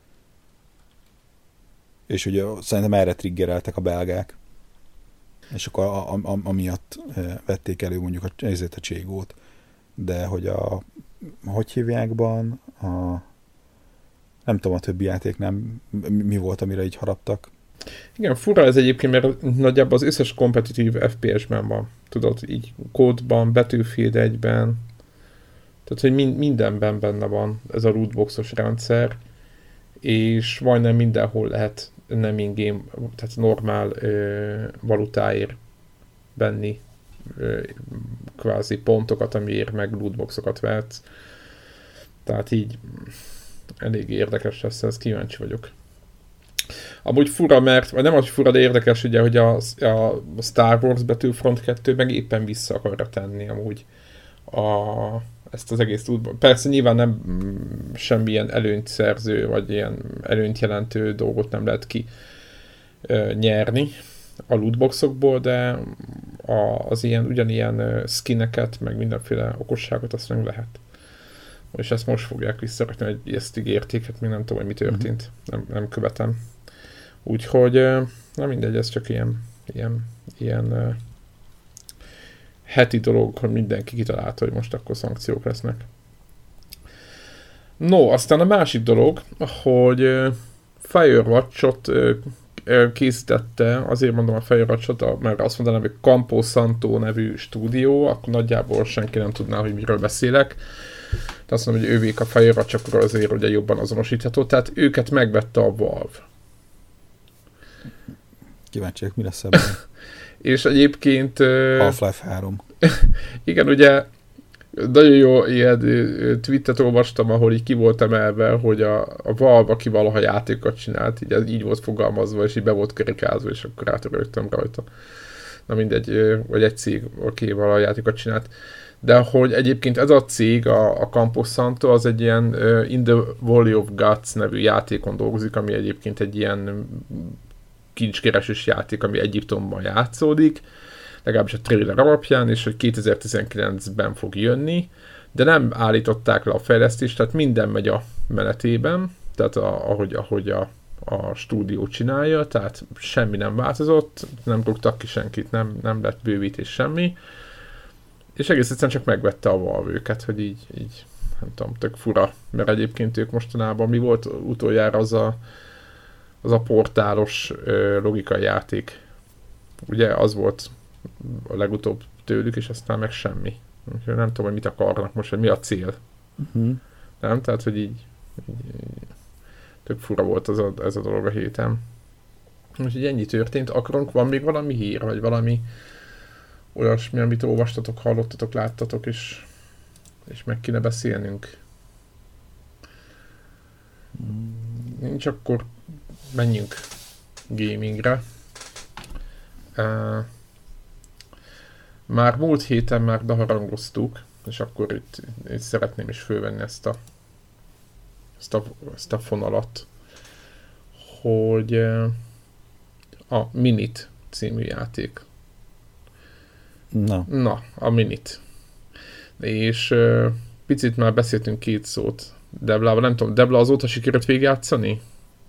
És ugye szerintem erre triggereltek a belgák. És akkor a, a, a, amiatt vették elő mondjuk a, ezért a Cségót. De hogy a hogy hívjákban a nem tudom, a többi játék nem mi volt, amire így haraptak. Igen, fura ez egyébként, mert nagyjából az összes kompetitív ef pé es-ben van. Tudod, így kódban, Battlefield egyben. Tehát, hogy min- mindenben benne van ez a lootboxos rendszer. És majdnem mindenhol lehet nem in-game, tehát normál ö, valutáért venni ö, kvázi pontokat, amiért meg lootboxokat vehetsz. Tehát így elég érdekes lesz, ez kíváncsi vagyok. Amúgy fura, mert, vagy nem az fura, de érdekes ugye, hogy a, a Star Wars Battlefront kettő meg éppen vissza akarra tenni amúgy a, ezt az egész lootbox. Persze nyilván nem semmilyen előnyt szerző, vagy ilyen előnyt jelentő dolgot nem lehet ki ö, nyerni a lootboxokból, de a, az ilyen, ugyanilyen skineket, meg mindenféle okosságot azt nem lehet. És ezt most fogják visszarakni, hogy ezt ígérték, hát még nem tudom, hogy mi történt, nem, nem követem. Úgyhogy, na mindegy, ez csak ilyen, ilyen ilyen uh, heti dolog, hogy mindenki kitalálta, hogy most akkor szankciók lesznek. No, aztán a másik dolog, hogy uh, Firewatch-ot uh, készítette, azért mondom a Firewatch-ot, mert azt mondanám, hogy Campo Santo nevű stúdió, akkor nagyjából senki nem tudná, hogy miről beszélek. De azt mondom, hogy ővék a Firewatch, akkor azért ugye jobban azonosítható. Tehát őket megvette a Valve. Kíváncsiak, mi lesz ebben? És egyébként... Half-Life három. Igen, ugye nagyon jó ilyen tweetet olvastam, ahol így ki volt emelve, hogy a, a Valve, aki valaha játékokat csinált, így, így volt fogalmazva, és így be volt karikázva, és akkor átörögtem rajta. Na mindegy, vagy egy cég, aki valaha játékokat csinált. De hogy egyébként ez a cég, a, a Campos Santo, az egy ilyen uh, In the Valley of Gods nevű játékon dolgozik, ami egyébként egy ilyen kincskeresős játék, ami Egyiptomban játszódik, legalábbis a trailer alapján, és hogy kétezer-tizenkilencben fog jönni, de nem állították le a fejlesztést, tehát minden megy a menetében, tehát a, ahogy, ahogy a, a stúdió csinálja, tehát semmi nem változott, nem rúgtak ki senkit, nem, nem lett bővítés, semmi, és egész egyszerűen csak megvette a Valve őket, hogy így, így nem tudom, tök fura, mert egyébként ők mostanában mi volt utoljára az a, az a portálos ö, logikai játék. Ugye az volt a legutóbb tőlük, és aztán meg semmi. Úgyhogy nem tudom, hogy mit akarnak most, hogy mi a cél. Uh-huh. Nem? Tehát, hogy így, így, így tök fura volt az a, ez a dolog a héten. Úgyhogy ennyi történt. Akarunk, van még valami hír, vagy valami olyasmi, amit olvastatok, hallottatok, láttatok, és, és meg kéne beszélnünk. Nincs, akkor menjünk gamingre. Uh, már múlt héten már beharangoztuk, és akkor itt, itt szeretném is fölvenni ezt a, ezt a, ezt a fonalat, hogy uh, a Minit című játék. Na. Na, a Minit. És uh, picit már beszéltünk két szót Deblával, nem tudom, Debla azóta sikerült végigjátszani?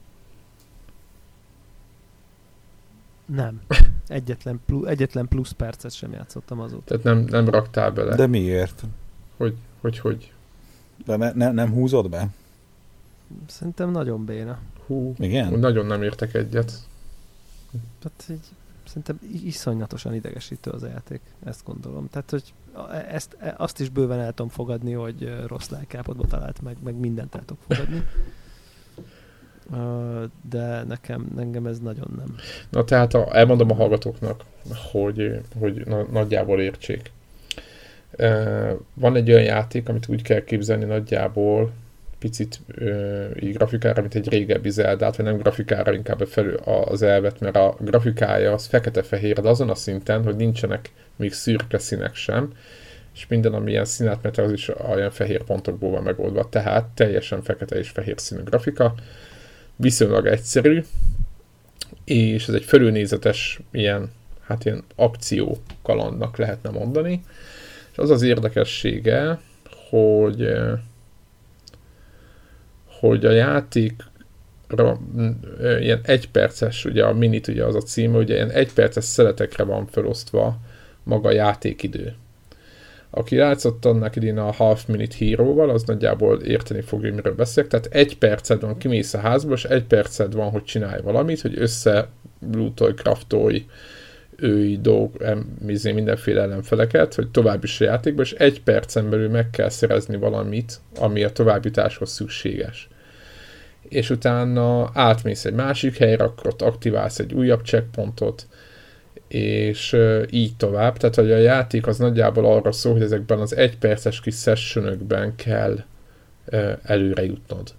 Nem. Egyetlen, plusz, egyetlen plusz percet sem játszottam azóta. Tehát nem, nem raktál bele. De miért? Hogy, hogy, hogy? De ne, ne, nem húzod be? Szerintem nagyon béna. Hú, igen? Nagyon nem értek egyet. Tehát így, szerintem iszonyatosan idegesítő az a játék, ezt gondolom. Tehát, hogy ezt, azt is bőven el tudom fogadni, hogy rossz lelkállapotba talált meg, meg mindent el tudok fogadni. De nekem, engem ez nagyon nem. Na tehát a, elmondom a hallgatóknak, hogy, hogy na, nagyjából értsék. Van egy olyan játék, amit úgy kell képzelni nagyjából, picit így grafikára, mint egy régebbi Zeldát, vagy nem grafikára, inkább felül az elvet, mert a grafikája az fekete-fehér, de azon a szinten, hogy nincsenek még szürke színek sem, és minden, ami ilyen színátmetre, az is olyan fehér pontokból van megoldva, tehát teljesen fekete és fehér színű grafika, viszonylag egyszerű, és ez egy felülnézetes ilyen, hát ilyen akció kalandnak lehetne mondani, és az az érdekessége, hogy hogy a játékra ilyen egyperces, ugye a Minit ugye az a címe, ugye ilyen egyperces szeletekre van felosztva maga a játékidő. Aki játszott annak idén a Half Minute Hero-val, az nagyjából érteni fogja, miről beszélek. Tehát egy perced van, kimész a házba, és egy perced van, hogy csinálj valamit, hogy össze lootolj, craftolj, ői dolg, mindenféle ellenfeleket, hogy tovább is a játékba, és egy percen belül meg kell szerezni valamit, ami a továbbjutáshoz szükséges. És utána átmész egy másik helyre, akkor ott aktiválsz egy újabb checkpointot, és uh, így tovább. Tehát, hogy a játék az nagyjából arra szól, hogy ezekben az egyperces kis sessionökben kell uh, előre jutnod.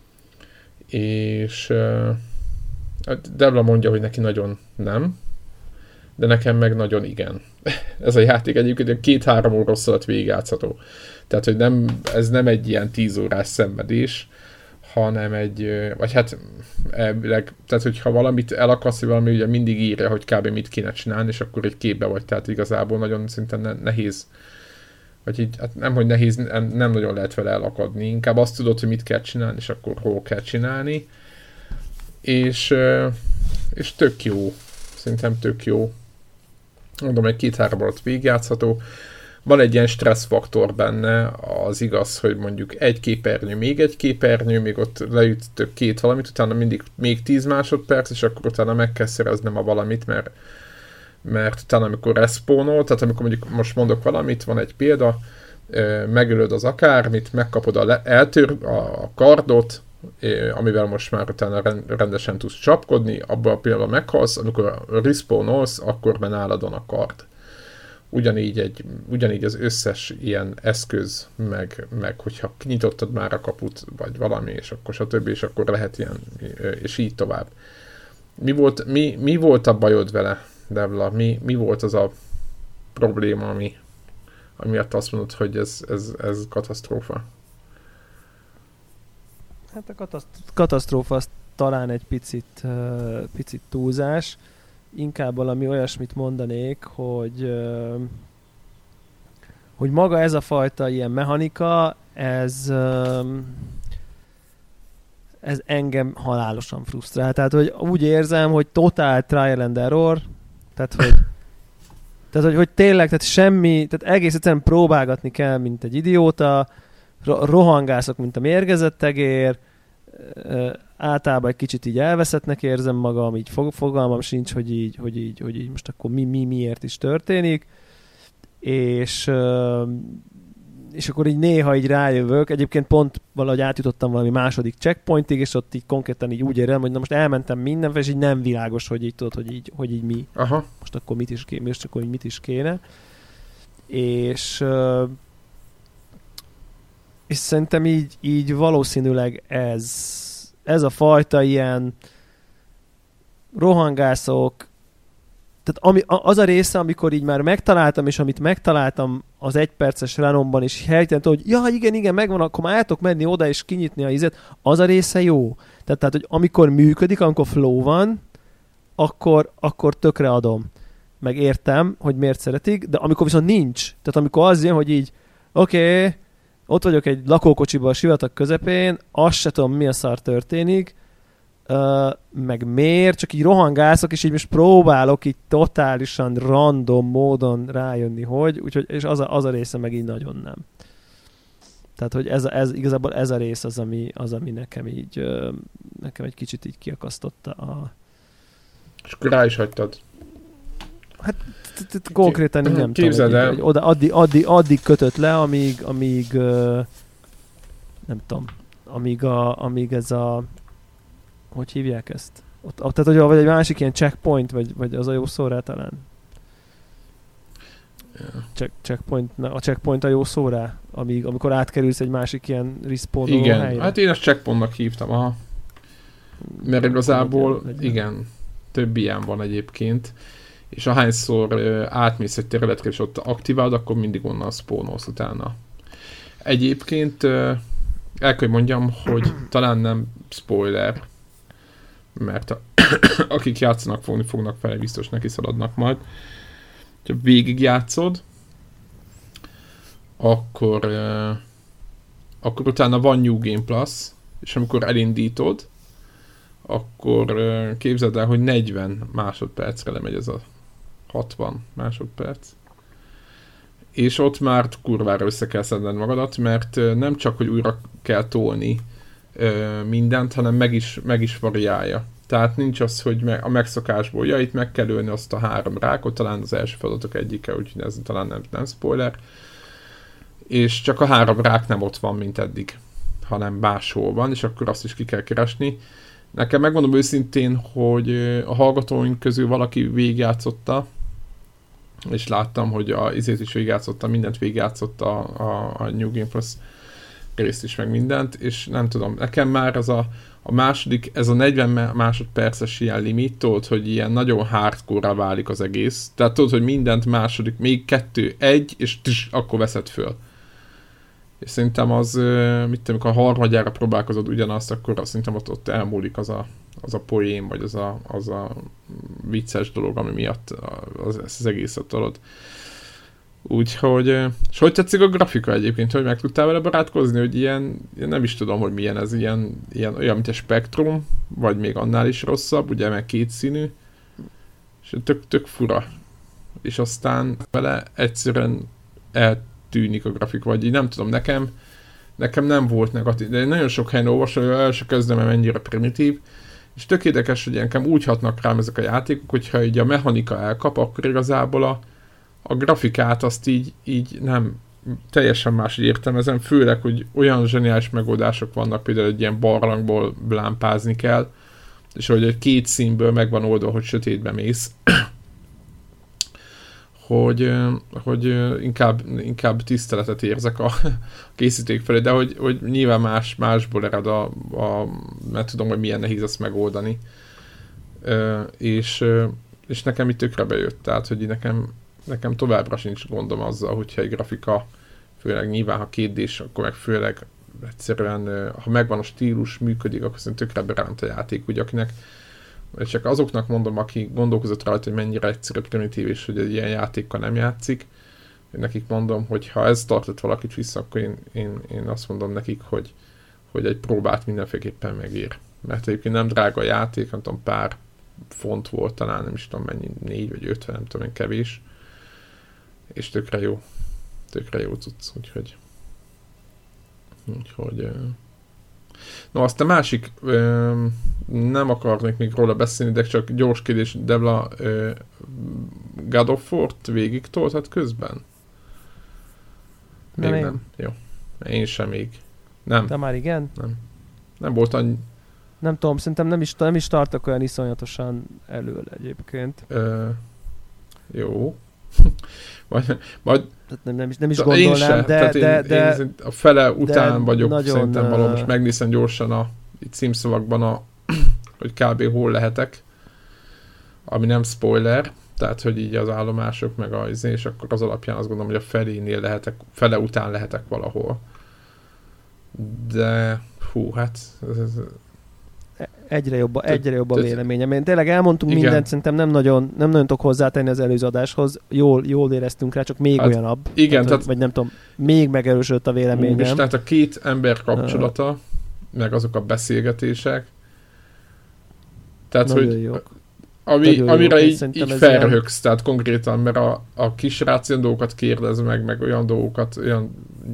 És uh, Debla mondja, hogy neki nagyon nem, de nekem meg nagyon igen. Ez a játék egyébként két-három óra alatt végigjátszható. Tehát, hogy nem, ez nem egy ilyen tíz órás szenvedés, hanem egy, vagy hát elvileg, tehát hogyha valamit elakadsz, hogy valami ugye mindig írja, hogy kb. Mit kéne csinálni, és akkor egy képbe vagy, tehát igazából nagyon szinte nehéz, vagy így, hát nem, hogy nehéz, nem nagyon lehet vele elakadni, inkább azt tudod, hogy mit kell csinálni, és akkor hol kell csinálni, és, és tök jó, szerintem tök jó. mondom, egy két-három alatt végigjátszható. Van egy ilyen stresszfaktor benne, az igaz, hogy mondjuk egy képernyő, még egy képernyő, még ott leütök két valamit, utána mindig még tíz másodperc, és akkor utána meg kell szereznem a valamit, mert, mert utána amikor respawnol, tehát amikor mondjuk most mondok valamit, van egy példa, megölöd az akármit, megkapod a le- eltör a kardot, amivel most már utána rendesen tudsz csapkodni, abban a pillanatban meghalsz, amikor respawnolsz, akkor már náladon a kard. Ugyanígy, egy, ugyanígy az összes ilyen eszköz, meg, meg hogyha nyitottad már a kaput, vagy valami, és akkor stb., és akkor lehet ilyen, és így tovább. Mi volt, mi, mi volt a bajod vele, Devla? Mi, mi volt az a probléma, ami, ami miatt azt mondod, hogy ez, ez, ez katasztrófa? Hát a kataszt- katasztrófa az talán egy picit, uh, picit túlzás. Inkább valami olyasmit mondanék, hogy, uh, hogy maga ez a fajta ilyen mechanika, ez, uh, ez engem halálosan frusztrál. Tehát, hogy úgy érzem, hogy totál trial and error, tehát, hogy Tehát, hogy, hogy tényleg, tehát semmi, tehát egész egyszerűen próbálgatni kell, mint egy idióta, rohangászok, mint a mérgezett egér, általában egy kicsit így elveszettnek érzem magam, így fogalmam sincs, hogy így, hogy így, hogy így most akkor mi, mi, miért is történik, és, és akkor így néha így rájövök, egyébként pont valahogy átjutottam valami második checkpointig, és ott így konkrétan így úgy érem, hogy na most elmentem mindenféle, és így nem világos, hogy így tudod, hogy így, hogy így mi. Aha. Most akkor mit is kéne, most akkor mit is kéne. És és szerintem így, így valószínűleg ez ez a fajta ilyen rohangászok, tehát ami, az a része, amikor így már megtaláltam, és amit megtaláltam az egyperces ranomban, és helytelen, hogy ja, igen, igen, megvan, akkor már el tudok menni oda, és kinyitni a izet, az a része jó. Tehát, tehát hogy amikor működik, amikor flow van, akkor, akkor tökre adom. Meg értem, hogy miért szeretik, de amikor viszont nincs, tehát amikor az jön, hogy így, oké, okay, ott vagyok egy lakókocsiban a sivatag közepén, azt se tudom, mi a szar történik, Uh, meg miért, csak így rohangászok, és így most próbálok így totálisan random módon rájönni, hogy, úgyhogy, és az a, az a része meg így nagyon nem. Tehát, hogy ez, a, ez igazából ez a rész az, ami, az, ami nekem így, uh, nekem egy kicsit így kiakasztotta a... És akkor rá is hagytad. Hát konkrétan nem tudom, hogy oda addig, addig, addig kötött le, amíg, amíg uh, nem tudom, amíg, a, amíg ez a hogy hívják ezt? Ott, ott, tehát, hogy vagy egy másik ilyen checkpoint, vagy, vagy az a jó szó rá talán? Yeah. Check, checkpoint, a checkpoint a jó szó rá, amíg, amikor átkerülsz egy másik ilyen respawnoló igen, helyre. Hát én ezt checkpointnak hívtam, aha. Mert igazából, igen, igen, több ilyen van egyébként, és ahányszor uh, átmész egy területre, és ott aktiválod, akkor mindig onnan spawnolsz utána. Egyébként uh, el kell mondjam, hogy talán nem spoiler, mert a, akik játszanak fogni fognak fel, biztos neki szaladnak majd. Ha végig játszod, akkor, uh, akkor utána van New Game Plus, és amikor elindítod, akkor uh, képzeld el, hogy negyven másodpercre lemegy ez a hatvan másodperc. És ott már kurvára össze kell szedned magadat, mert uh, nem csak, hogy újra kell tolni mindent, hanem meg is, meg is variálja. Tehát nincs az, hogy me- a megszokásból, ja, itt meg kell ölni azt a három rákot, talán az első feladatok egyike, úgyhogy ez talán nem, nem spoiler. És csak a három rák nem ott van, mint eddig, hanem máshol van, és akkor azt is ki kell keresni. Nekem megmondom őszintén, hogy a hallgatóink közül valaki végigjátszotta, és láttam, hogy a izét is végigjátszotta, mindent végigjátszotta a, a New Game Plus részt is, meg mindent, és nem tudom, nekem már az a, a második, ez a negyven másodperces ilyen limit, tudod, hogy ilyen nagyon hardcore-ra válik az egész, tehát tudod, hogy mindent második, még kettő, egy, és tss, akkor veszed föl. És szerintem az, mit tudom, amikor a harmadjára próbálkozod ugyanazt, akkor azt szerintem ott, ott elmúlik az a, az a poén, vagy az a, az a vicces dolog, ami miatt az, az egészet tudod. Úgyhogy, és hogy tetszik a grafika egyébként, hogy meg tudtál vele barátkozni, hogy ilyen, nem is tudom, hogy milyen ez, ilyen, ilyen olyan, mint egy Spectrum, vagy még annál is rosszabb, ugye meg kétszínű, és tök, tök fura. és aztán vele egyszerűen eltűnik a grafik, vagy így nem tudom, nekem nekem nem volt negatív, de én nagyon sok helyen olvasom, hogy el se kezdem, mennyire primitív, és tök érdekes, hogy nekem úgy hatnak rám ezek a játékok, hogyha így a mechanika elkap, akkor igazából a, a grafikát azt így, így nem teljesen más értelmezem, főleg, hogy olyan zseniális megoldások vannak, például egy ilyen barlangból lámpázni kell, és hogy egy két színből meg van oldva, hogy sötétbe mész, hogy, hogy inkább, inkább tiszteletet érzek a készítők felé, de hogy, hogy nyilván más, másból ered a, a, mert tudom, hogy milyen nehéz ezt megoldani. És, és nekem itt tökre bejött, tehát hogy nekem, nekem továbbra sincs gondom azzal, hogyha egy grafika, főleg nyilván, ha kétdés, akkor meg főleg egyszerűen, ha megvan a stílus, működik, akkor szerintem tökre beránt a játék, úgy akinek csak azoknak mondom, aki gondolkozott rajta, hogy mennyire egyszerű, primitív, és hogy egy ilyen játékkal nem játszik, hogy nekik mondom, hogy ha ez tartott valakit vissza, akkor én, én, én azt mondom nekik, hogy, hogy egy próbát mindenféleképpen megér. Mert egyébként nem drága a játék, nem tudom, pár font volt, talán nem is tudom mennyi, négy vagy ötven, nem tudom, kevés. És tökre jó. Tökre jó cucc, úgyhogy... Úgyhogy... No, azt a másik, ö, nem akarnék még róla beszélni, de csak gyors kérdés, Devla, ö, God of War-t végig toltad közben? Még nem. nem. Jó. Én sem még. Nem. De már igen? Nem. Nem volt annyi... Nem tudom, szerintem nem is, nem is tartok olyan iszonyatosan elől egyébként. Ö, jó. majd, majd nem, nem is, nem is gondolnám, se. de, de, én, de... Én a fele után vagyok, nagyon, szerintem valami, most megnézem gyorsan a itt címszavakban, a, hogy kb. Hol lehetek, ami nem spoiler, tehát, hogy így az állomások, meg a izé, és akkor az alapján azt gondolom, hogy a felénél lehetek, fele után lehetek valahol. De, hú, hát... Ez, ez, Egyre jobb, a, egyre jobb a véleményem. Én tényleg elmondtunk igen. mindent, szerintem nem nagyon, nem nagyon tudok hozzátenni az előző adáshoz. Jól, jól éreztünk rá, csak még hát, olyanabb. Igen, tehát, tehát, vagy nem tudom, még megerősödött a véleményem. És tehát a két ember kapcsolata, uh. meg azok a beszélgetések. Tehát, nagyon hogy jók. Ami, amire jók, így, így felröhögsz, tehát konkrétan, mert a, a kisrác olyan dolgokat kérdez meg, meg olyan dolgokat, olyan...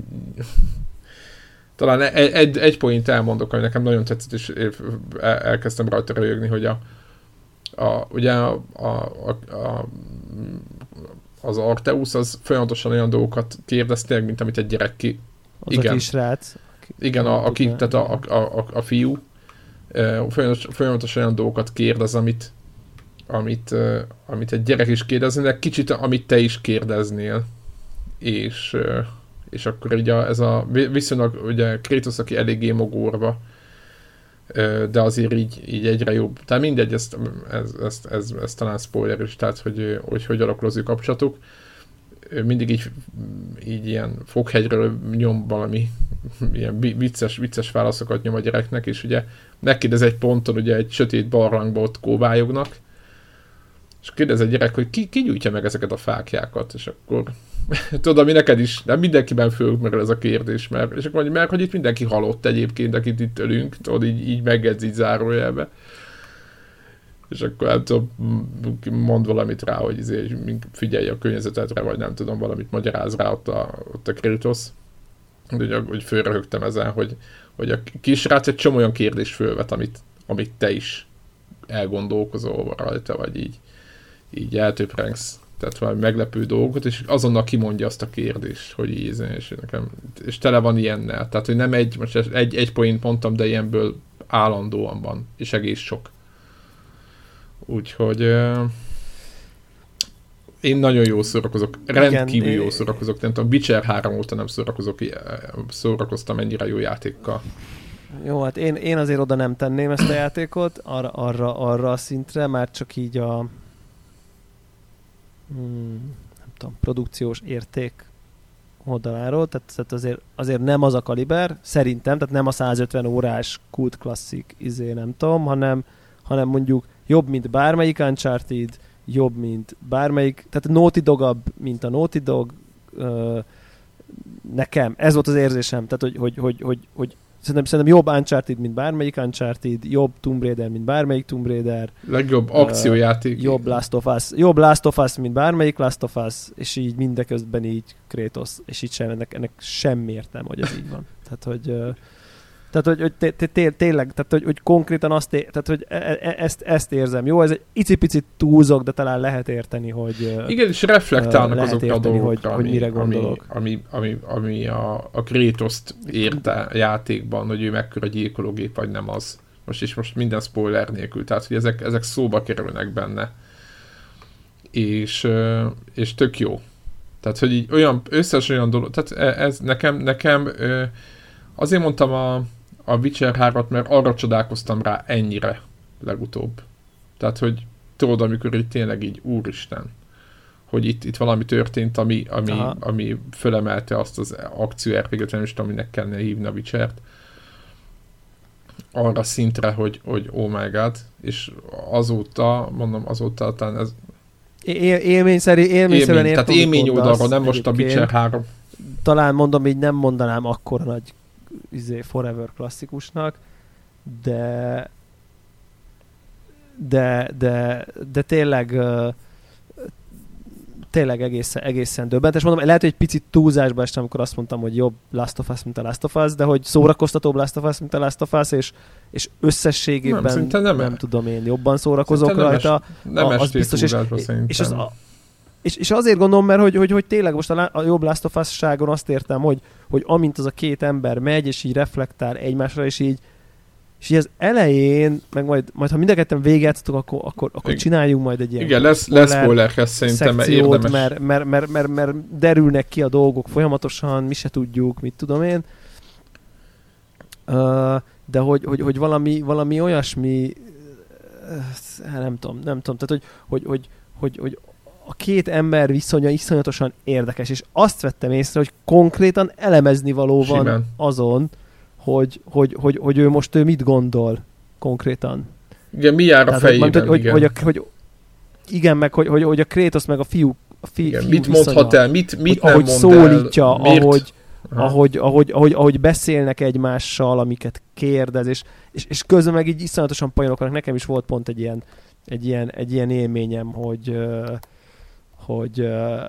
Talán egy, egy, egy point elmondok, ami nekem nagyon tetszett, és elkezdtem rajta röhögni, hogy a, a, ugye a, a, a, az Arteus az folyamatosan olyan dolgokat kérdezte, mint amit egy gyerek ki... Az igen. A kisrác. Igen, a, a, ki, tehát a, a, a, a fiú folyamatosan, folyamatosan olyan dolgokat kérdez, amit, amit, amit egy gyerek is kérdezni, de kicsit amit te is kérdeznél. És... és akkor ugye ez a viszonylag ugye Kratos, aki eléggé mogorva, de azért így, így egyre jobb. Tehát mindegy, ez, ez, ez, ez, ez talán spoiler is, tehát hogy, hogy hogy alakul az ő kapcsolatuk. Mindig így, így ilyen foghegyről nyom valami ilyen vicces, vicces válaszokat nyom a gyereknek, és ugye megkérdez egy ponton, ugye egy sötét barlangba ott kóvályognak, és kérdez egy gyerek, hogy ki, ki gyújtja meg ezeket a fáklyákat, és akkor tudod, ami neked is, nem mindenkiben fölmerül ez a kérdés, mert, és akkor mondja, mert hogy itt mindenki halott egyébként, akit itt ölünk, tudod, így, így megjegyz így zárójelbe. És akkor nem tudom, mond valamit rá, hogy izé, figyelj a környezetedre, vagy nem tudom, valamit magyaráz rá ott a, ott a Kratos. Hogy, hogy fölröhögtem ezen, hogy, hogy a kisrác egy csomó olyan kérdés fölvet, amit, amit te is elgondolkozol rajta, vagy így, így eltöprengsz. Tehát valami meglepő dolgot, és azonnal kimondja azt a kérdést, hogy így, és, nekem, és tele van ilyennel. Tehát, hogy nem egy, most egy, egy point mondtam, de ilyenből állandóan van, és egész sok. Úgyhogy uh, én nagyon jól szórakozok, rendkívül jól szórakozok, nem tudom, Witcher három óta nem szórakozok, szórakoztam ennyire jó játékkal. Jó, hát én, én azért oda nem tenném ezt a játékot, arra, arra, arra a szintre, már csak így a Hmm, nem tudom, produkciós érték oldaláról, tehát, tehát azért, azért nem az a kaliber, szerintem, tehát nem a százötven órás kult klasszik izé, nem tudom, hanem, hanem mondjuk jobb, mint bármelyik Uncharted, jobb, mint bármelyik, tehát Naughty Dogabb, mint a Naughty Dog, ö, nekem, ez volt az érzésem, tehát hogy, hogy, hogy, hogy, hogy Szerintem, szerintem jobb Uncharted, mint bármelyik Uncharted, jobb Tomb Raider, mint bármelyik Tomb Raider. Legjobb akciójáték. Uh, jobb Last of Us, jobb Last of Us, mint bármelyik Last of Us, és így mindeközben így Kratos, és így sem, ennek, ennek semmi értelme, hogy ez így van. Tehát, hogy... Uh, Tehát, hogy, hogy té- té- tényleg, tehát, hogy, hogy konkrétan azt, é- tehát, hogy e- e- ezt, ezt érzem. Jó, ez egy icipicit túlzok, de talán lehet érteni, hogy... Igen, és reflektálnak uh, azokra a dolgokra, hogy, ami, hogy mire gondolok. Ami, ami, ami, ami a, a Kratos-t érte játékban, hogy ő mekkora gyilkológép, vagy nem az. Most is most minden spoiler nélkül, tehát hogy ezek, ezek szóba kerülnek benne. És, és tök jó. Tehát, hogy így olyan, összes olyan dolog, tehát ez nekem, nekem azért mondtam a a Witcher hármat, mert arra csodálkoztam rá ennyire legutóbb. Tehát, hogy tudod, amikor itt tényleg így, úristen, hogy itt, itt valami történt, ami, ami, ami fölemelte azt az akció er pé gét, nem is tudom, aminek kellene hívni a Witchert, arra szintre, hogy, hogy oh my god, és azóta, mondom, azóta talán ez... É- élményszerű, élményszerűen élmény, tehát élmény oldalról, nem most a Witcher három. Talán mondom, így nem mondanám akkora nagy izé, Forever klasszikusnak, de de, de, de tényleg tényleg egészen, egészen döbbentes. Mondom, lehet, hogy egy picit túlzásba estem, amikor azt mondtam, hogy jobb Last of Us, mint a Last of Us, de hogy szórakoztatóbb Last of Us, mint a Last of Us, és, és összességében nem, nem, nem tudom én, jobban szórakozok szerintem rajta. Nem, es, nem az biztos, és, és, az, a, és, és azért gondolom, mert hogy, hogy, hogy tényleg most a, a jobb Last of Us-ságon azt értem, hogy, hogy amint az a két ember megy, és így reflektál egymásra, és így és így az elején, meg majd, majd ha mind a ketten végigjátszottuk, akkor, akkor, akkor csináljunk majd egy ilyen igen, lesz, lesz spoilerhez szerintem, mert érdemes. Mert, mert, mert, mert, mert derülnek ki a dolgok folyamatosan, mi se tudjuk, mit tudom én. Uh, de hogy, hogy, hogy valami, valami olyasmi, uh, nem tudom, nem tudom, tehát hogy, hogy, hogy, hogy, hogy a két ember viszonya iszonyatosan érdekes, és azt vettem észre, hogy konkrétan elemezni való van simán azon, hogy, hogy, hogy, hogy ő most ő mit gondol konkrétan. Igen, mi jár a fejében, hogy, hogy, igen. Hogy, hogy, hogy, igen, meg hogy, hogy, hogy a Kratos meg a fiú, a fi, igen, fiú mit viszonya, mondhat el, mit, mit hogy, nem ahogy mond szólítja, el, ahogy, ahogy, ahogy, ahogy, ahogy beszélnek egymással, amiket kérdez, és, és, és közben meg így iszonyatosan poénok. Nekem is volt pont egy ilyen, egy ilyen, egy ilyen élményem, hogy hogy,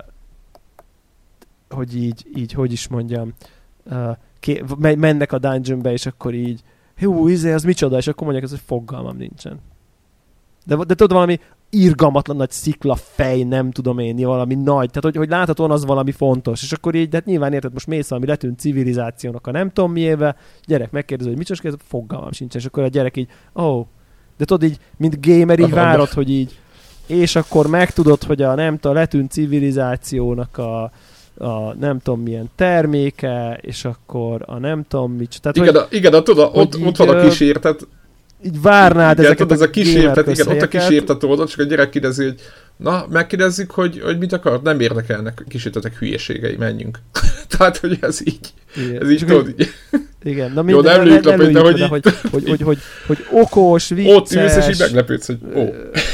hogy így, így, hogy is mondjam, mennek a dungeonbe, és akkor így, hú, izé, az micsoda, és akkor mondják, hogy fogalmam nincsen. De, de tudod, valami irgalmatlan nagy szikla fej, nem tudom én, valami nagy, tehát hogy, hogy láthatóan az valami fontos, és akkor így, de hát nyilván érted, most mész valami letűnt civilizációnak a nem tudom miéve, gyerek megkérdezi, hogy micsoda, ez fogalmam sincsen, és akkor a gyerek így, ó, oh. De tudod így, mint gamer így várod, hogy így, és akkor megtudod, hogy a nem tudom, letűnt civilizációnak a, a nem tudom milyen terméke, és akkor a nem tudom mit. Tehát, igen, hogy, a, igen, a, tudod, ott, ott van a kísértet. Így várnád igen, ezeket tudod, a, a kísértet, igen, ott a kísértet oldalt, csak a gyerek kérdezi, hogy na, megkérdezzük, hogy, hogy mit akar, nem érdekelnek kísértetek hülyeségei, menjünk. Tehát, hogy ez így, igen. Ez így tudod, így. Igen, na jó, nem lőjük lapot, de hogy, hogy, hogy, hogy, hogy, hogy okos, vicces. Ott ülsz, és így meglepődsz, hogy ó.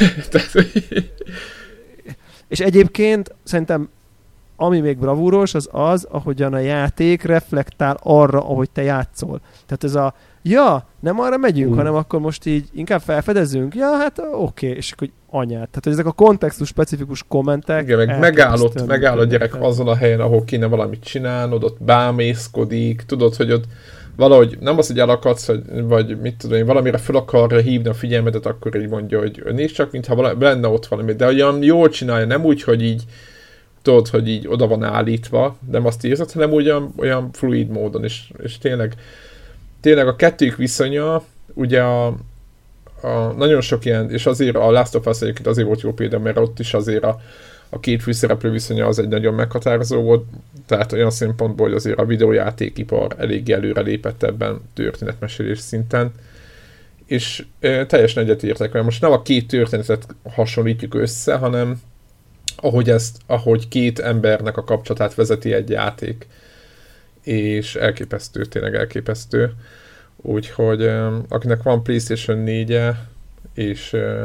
És egyébként szerintem ami még bravúros, az az, ahogyan a játék reflektál arra, ahogy te játszol. Tehát ez a, ja, nem arra megyünk, uh. hanem akkor most így inkább felfedezünk, ja, hát oké, okay. És akkor anyát. Tehát ezek a kontextus specifikus kommentek. Igen, meg megállott, megáll a gyerek azon a helyen, ahol kéne valamit csinálnod, ott bámészkodik, tudod, hogy ott valahogy nem az, hogy elakadsz, vagy, vagy mit tudom én, valamire fel akarja hívni a figyelmedet, akkor így mondja, hogy nézd csak, mintha lenne ott valami, de olyan jól csinálja, nem úgy, hogy így tudod, hogy így oda van állítva, nem azt érzed, hanem olyan, olyan fluid módon, és, és tényleg, tényleg a kettőjük viszonya, ugye a, a nagyon sok ilyen, és azért a Last of Us egyébként azért volt jó példa, mert ott is azért a, a két főszereplő viszonya az egy nagyon meghatározó volt, tehát olyan szempontból, hogy azért a videójátékipar eléggé előre lépett ebben történetmesélés szinten, és e, teljesen egyetértek, mert most nem a két történetet hasonlítjuk össze, hanem ahogy ezt, ahogy két embernek a kapcsolatát vezeti egy játék, és elképesztő, tényleg elképesztő. Úgyhogy akinek van PlayStation négye, és,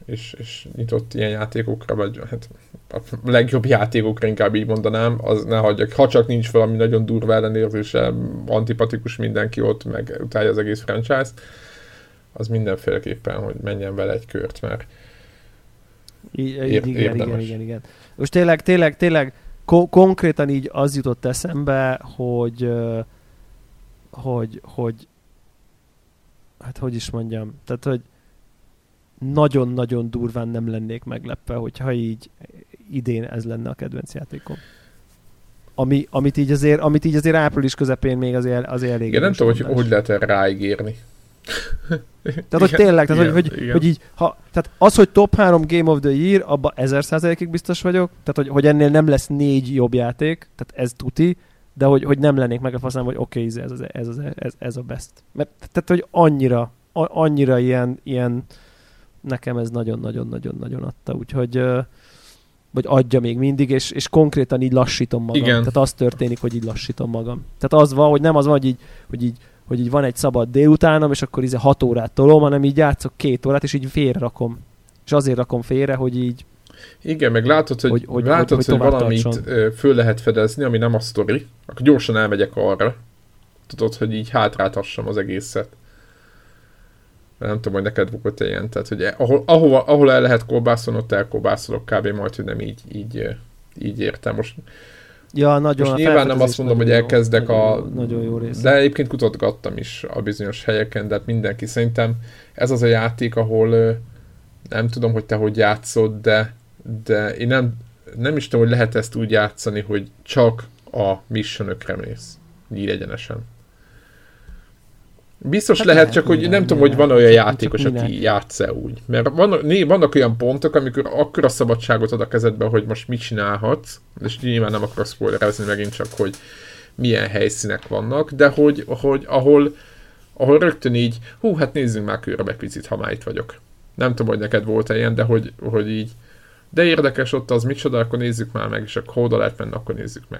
és, és nyitott ilyen játékokra, vagy hát a legjobb játékokra inkább így mondanám, az ne hagyjak, ha csak nincs valami nagyon durva ellenérzése, antipatikus mindenki ott, meg utálja az egész franchise, az mindenféleképpen, hogy menjen vele egy kört, mert I- ér- igen, érdemes. igen, igen, igen. Most tényleg, tényleg, tényleg ko- konkrétan így az jutott eszembe, hogy hogy, hogy hát hogy is mondjam, tehát, hogy nagyon-nagyon durván nem lennék meglepve, hogyha így idén ez lenne a kedvenc játékom. Ami, amit, így azért, amit így azért április közepén még azért, azért elég. Igen, nem tudom, hogy hogy lehet erre ráígérni. Tehát, hogy tényleg, tehát, igen, hogy, hogy, hogy így, ha, tehát az, hogy top három Game of the Year, abban ezer százalékig biztos vagyok, tehát, hogy, hogy ennél nem lesz négy jobb játék, tehát ez tuti, de hogy, hogy nem lennék meg a faszám, hogy oké, okay, ez, ez, ez, ez, ez a best. Mert tehát, hogy annyira, annyira ilyen, ilyen nekem ez nagyon-nagyon-nagyon-nagyon adta, úgyhogy vagy adja még mindig, és, és konkrétan így lassítom magam. Igen. Tehát az történik, hogy így lassítom magam. Tehát az van, hogy nem az van, hogy így, hogy így, hogy így van egy szabad délutánom, és akkor így hat órát tolom, hanem így játszok két órát, és így félre rakom. És azért rakom félre, hogy így igen, meg látod, hogy, hogy, hogy, látod, hogy, hogy, hogy valamit tartson. Föl lehet fedezni, ami nem a sztori, akkor gyorsan elmegyek arra. Tudod, hogy így hátrátassam az egészet. Nem tudom, hogy neked volt ilyen, tehát hogy ahol, ahol, ahol el lehet kolbászolni, ott elkolbászolok kb. Majd, hogy nem így, így, így értem. Most, ja, nagyon most nyilván nem azt mondom, hogy elkezdek nagyon a... Jó, nagyon jó rész. De egyébként kutatgattam is a bizonyos helyeken, de hát mindenki szerintem ez az a játék, ahol nem tudom, hogy te hogy játszod, de, de én nem, nem is tudom, hogy lehet ezt úgy játszani, hogy csak a missionökre mész. Így egyenesen. Biztos hát lehet, lehet, csak minden, hogy nem tudom, hogy van olyan játékos, aki játsz-e úgy. Mert vannak, né, vannak olyan pontok, amikor akkora szabadságot ad a kezedbe, hogy most mit csinálhatsz, és nyilván nem akarok spoilerezni megint csak, hogy milyen helyszínek vannak, de hogy, hogy ahol, ahol rögtön így, hú, hát nézzünk már körbe picit, ha már itt vagyok. Nem tudom, hogy neked volt-e ilyen, de hogy, hogy így, de érdekes ott az micsoda, akkor nézzük már meg, és akkor oda lehet menni, akkor nézzük meg.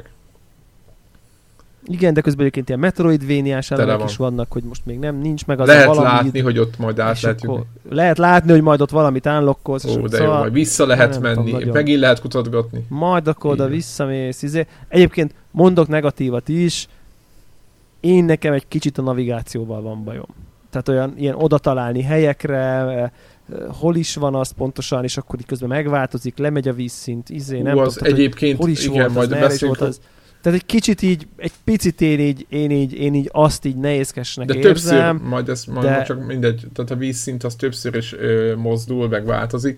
Igen, de közben egyébként ilyen Metroidvania-s elemek is vannak, hogy most még nem, nincs meg az lehet a valami... Lehet látni, hogy ott majd át lehet jutni. Lehet látni, hogy majd ott valamit unlockolsz. Ó, de szóval jó, majd vissza lehet menni, tudom, megint lehet kutatgatni. Majd akkor oda visszamész. Izé. Egyébként mondok negatívat is, én nekem egy kicsit a navigációval van bajom. Tehát olyan ilyen oda találni helyekre, hol is van az pontosan, és akkor így közben megváltozik, lemegy a vízszint, izé, nem az tudom, egyébként, hol is igen, volt, majd beszélünk. Az. Tehát egy kicsit így, egy picit én így, én így, én így azt így nehézkesnek de érzem. De többször, majd ez majd de... csak mindegy, tehát a vízszint az többször is ö, mozdul, meg változik,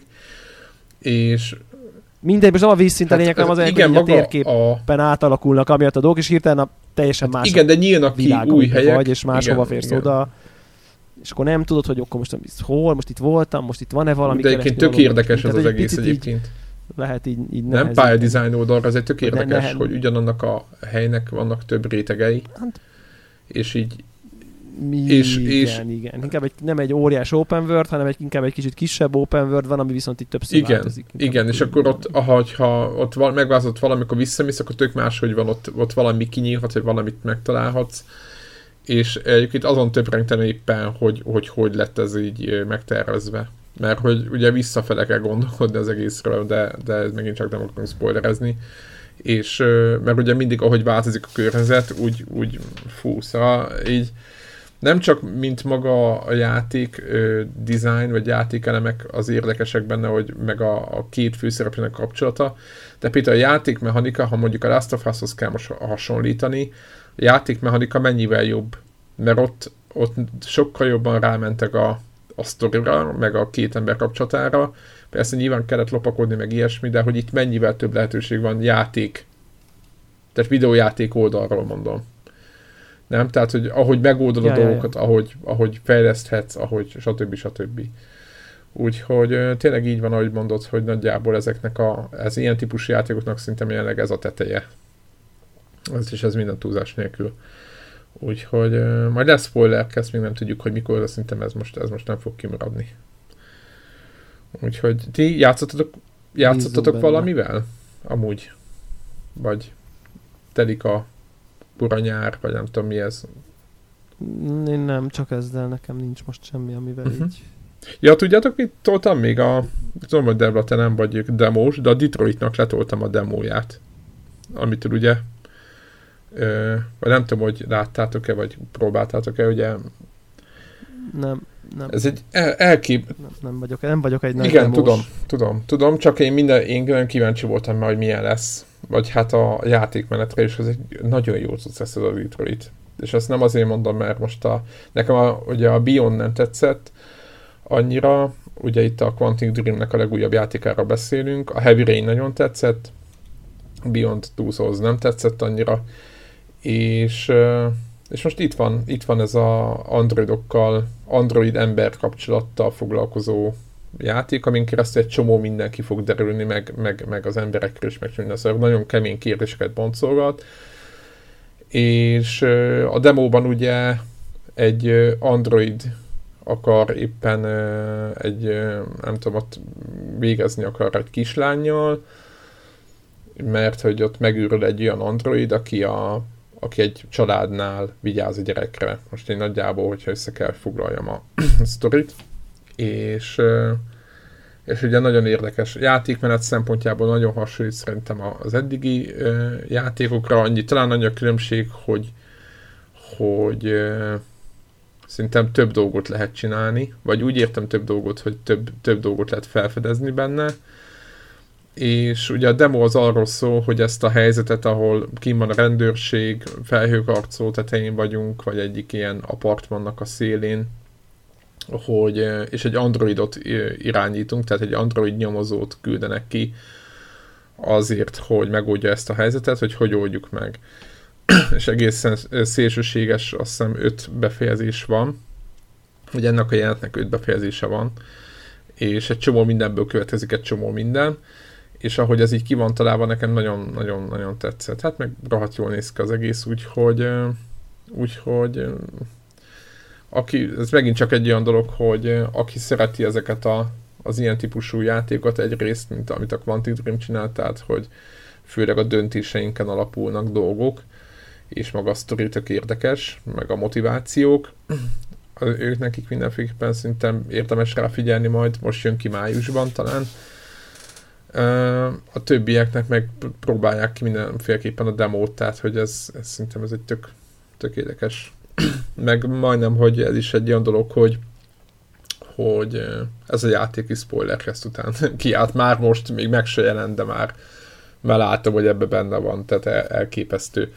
és mindegy, most nem a vízszint hát, a lényeg, hanem az igen, hogy a térképen a... átalakulnak amiatt a dolgok, és hirtelen a teljesen hát más igen, de nyílnak ki új helyek. Vagy, és máshova férsz igen. oda. És akkor nem tudod, hogy akkor most hol, most itt voltam, most itt van-e valami. De egyébként tök érdekes ez az egész egyébként. Így, lehet így, így nem pályadesign oldalra, ez egy tök érdekes, ne, ne, hogy ugyanannak a helynek vannak több rétegei, hát, és így igen, és, és igen. Inkább egy, nem egy óriás open world, hanem egy, inkább egy kicsit kisebb open world van, ami viszont itt többször igen, változik. Igen, és akkor ott, ahogy, ha ott val, megváltozott valami, akkor visszamész, akkor tök más, hogy van ott, ott valami kinyílhat, vagy valamit megtalálhatsz, és egyébként azon töprengtem éppen, hogy, hogy hogy lett ez így megtervezve. Mert hogy ugye visszafele kell gondolkodni az egészről, de, de ez megint csak nem akarunk spoilerezni. És mert ugye mindig, ahogy változik a környezet, úgy, úgy fú, szóval így nem csak mint maga a játék design, vagy játékelemek az érdekesek benne, hogy meg a, a két főszereplőnek kapcsolata, de például a játékmechanika, ha mondjuk a Last of Us-hoz kell most hasonlítani, a játékmechanika mennyivel jobb, mert ott, ott sokkal jobban rámentek a a sztorira, meg a két ember kapcsolatára. Persze nyilván kellett lopakodni, meg ilyesmi, de hogy itt mennyivel több lehetőség van játék, tehát videójáték oldalról mondom. Nem? Tehát, hogy ahogy megoldod ja, a dolgokat, ja, ja. Ahogy, ahogy fejleszthetsz, ahogy stb. stb. Úgyhogy tényleg így van, ahogy mondod, hogy nagyjából ezeknek a, ez ilyen típusú játékoknak szinte jelenleg ez a teteje. Ez is ez minden túlzás nélkül. Úgyhogy uh, majd lesz spoilercast, még nem tudjuk, hogy mikor, de szerintem ez most, ez most nem fog kimaradni. Úgyhogy ti játszottatok, játszottatok valamivel? Amúgy? Vagy telik a buranyár, vagy nem tudom mi ez? Én nem, csak ezzel nekem nincs most semmi, amivel uh-huh. így Ja, tudjátok, mit toltam még? A, tudom, hogy Debla, te nem vagy demós, de a Detroitnak letoltam a demóját. Amitől ugye, ö, vagy nem tudom, hogy láttátok-e, vagy próbáltátok-e, ugye... Nem, nem. Ez egy el, elkép... Nem, nem, vagyok, nem vagyok egy nagy Igen, demós. tudom, tudom, tudom, csak én minden, én nagyon kíváncsi voltam már, hogy milyen lesz. Vagy hát a játékmenetre, és ez egy nagyon jó cucc lesz ez a Detroit. És ezt nem azért mondom, mert most a, nekem a, ugye a Beyond nem tetszett annyira, ugye itt a Quantic Dreamnek a legújabb játékára beszélünk, a Heavy Rain nagyon tetszett, a Beyond Two Souls nem tetszett annyira, és, és most itt van, itt van ez a androidokkal, android-ember kapcsolattal foglalkozó játék, amin keresztül egy csomó mindenki fog derülni, meg, meg, meg az emberekről is, meg minden, szóval nagyon kemény kérdéseket boncolgat, és a demóban ugye egy android akar éppen egy, nem tudom, ott végezni akar egy kislánnyal, mert hogy ott megőrül egy olyan android, aki, a, aki egy családnál vigyáz a gyerekre. Most én nagyjából, hogyha össze kell foglaljam a sztorit. És, és ugye nagyon érdekes játékmenet szempontjából nagyon hasonlít szerintem az eddigi játékokra. Annyi, talán annyi a különbség, hogy, hogy szerintem több dolgot lehet csinálni, vagy úgy értem több dolgot, hogy több, több dolgot lehet felfedezni benne. És ugye a demo az arról szól, hogy ezt a helyzetet, ahol kint van a rendőrség, felhőkarcoló tetején vagyunk, vagy egyik ilyen apartmannak a szélén, hogy, és egy androidot irányítunk, tehát egy android nyomozót küldenek ki azért, hogy megoldja ezt a helyzetet, hogy hogy oldjuk meg. És egészen szélsőséges, azt hiszem öt befejezés van, hogy ennek a jelenetnek öt befejezése van, és egy csomó mindenből következik egy csomó minden, és ahogy ez így ki van találva, nekem nagyon-nagyon tetszett. Hát meg rohadt jól néz ki az egész, úgyhogy úgyhogy aki, ez megint csak egy olyan dolog, hogy aki szereti ezeket a, az ilyen típusú játékokat egyrészt, mint amit a Quantic Dream csinált, tehát hogy főleg a döntéseinken alapulnak dolgok, és maga a sztori tök érdekes, meg a motivációk. Ők nekik mindenféleképpen szerintem érdemes rá figyelni, majd most jön ki májusban talán. A többieknek meg próbálják ki mindenféleképpen a demót, tehát hogy ez, ez szerintem ez egy tök, tök érdekes. Meg majdnem, hogy ez is egy olyan dolog, hogy hogy ez a játék is spoilercast után kiállt. Már most még meg se jelent, de már, már látom, hogy ebbe benne van, tehát elképesztő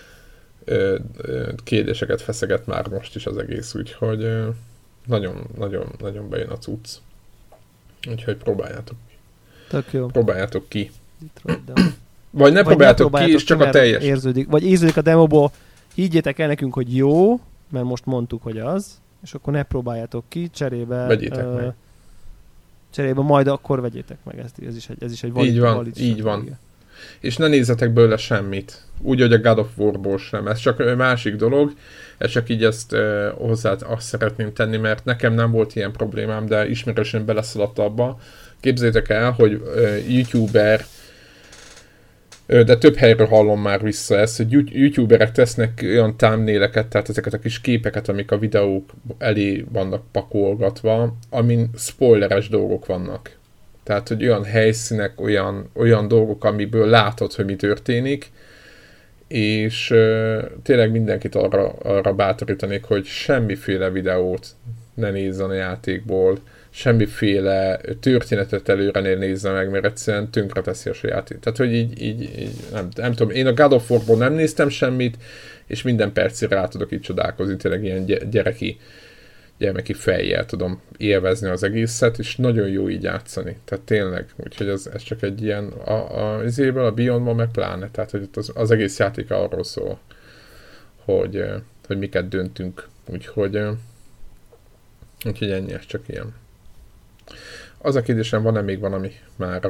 kérdéseket feszeget már most is az egész, úgyhogy nagyon-nagyon bejön a cucc. Úgyhogy próbáljátok ki. Tök jó. Próbáljátok ki. Detroit, vagy ne vagy próbáljátok ne ki, és csak ki, a teljes. Érződik, vagy érződik a demóból, higgyétek el nekünk, hogy jó, mert most mondtuk, hogy az, és akkor ne próbáljátok ki, cserébe... Vegyétek uh, meg. Cserébe majd akkor vegyétek meg, ez, ez is egy, ez is egy valid, így van, valid így van. Igen. És ne nézzetek belőle semmit. Úgy, hogy a God of War-ból sem. Ez csak másik dolog. Ez csak így ezt uh, hozzá azt szeretném tenni, mert nekem nem volt ilyen problémám, de ismerősen beleszaladt abba. Képzeljétek el, hogy uh, YouTuber, uh, de több helyről hallom már vissza ezt, hogy YouTuberek tesznek olyan thumbnaileket, tehát ezeket a kis képeket, amik a videók elé vannak pakolgatva, amin spoileres dolgok vannak. Tehát, hogy olyan helyszínek, olyan, olyan dolgok, amiből látod, hogy mi történik, és uh, tényleg mindenkit arra, arra bátorítanék, hogy semmiféle videót ne nézzen a játékból, semmiféle történetet előre ne nézze meg, mert egyszerűen tönkre teszi a játék. Tehát, hogy így, így, így nem, nem tudom, én a God of War-ból nem néztem semmit, és minden percére rá tudok így csodálkozni, tényleg ilyen gyereki gyermeki fejjel tudom élvezni az egészet, és nagyon jó így játszani. Tehát tényleg, úgyhogy ez, ez csak egy ilyen, a, a, izéből, a Beyondban meg pláne, tehát hogy az, az egész játék arról szól, hogy, hogy miket döntünk. Úgyhogy, úgyhogy ennyi, ez csak ilyen. Az a kérdésem, van-e még valami már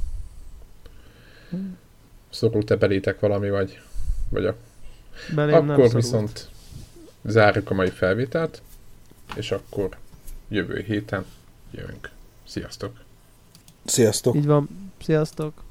szorult-e belétek valami, vagy, vagy a... Belém akkor viszont zárjuk a mai felvételt, és akkor jövő héten jövünk. Sziasztok! Sziasztok! Így van. Sziasztok!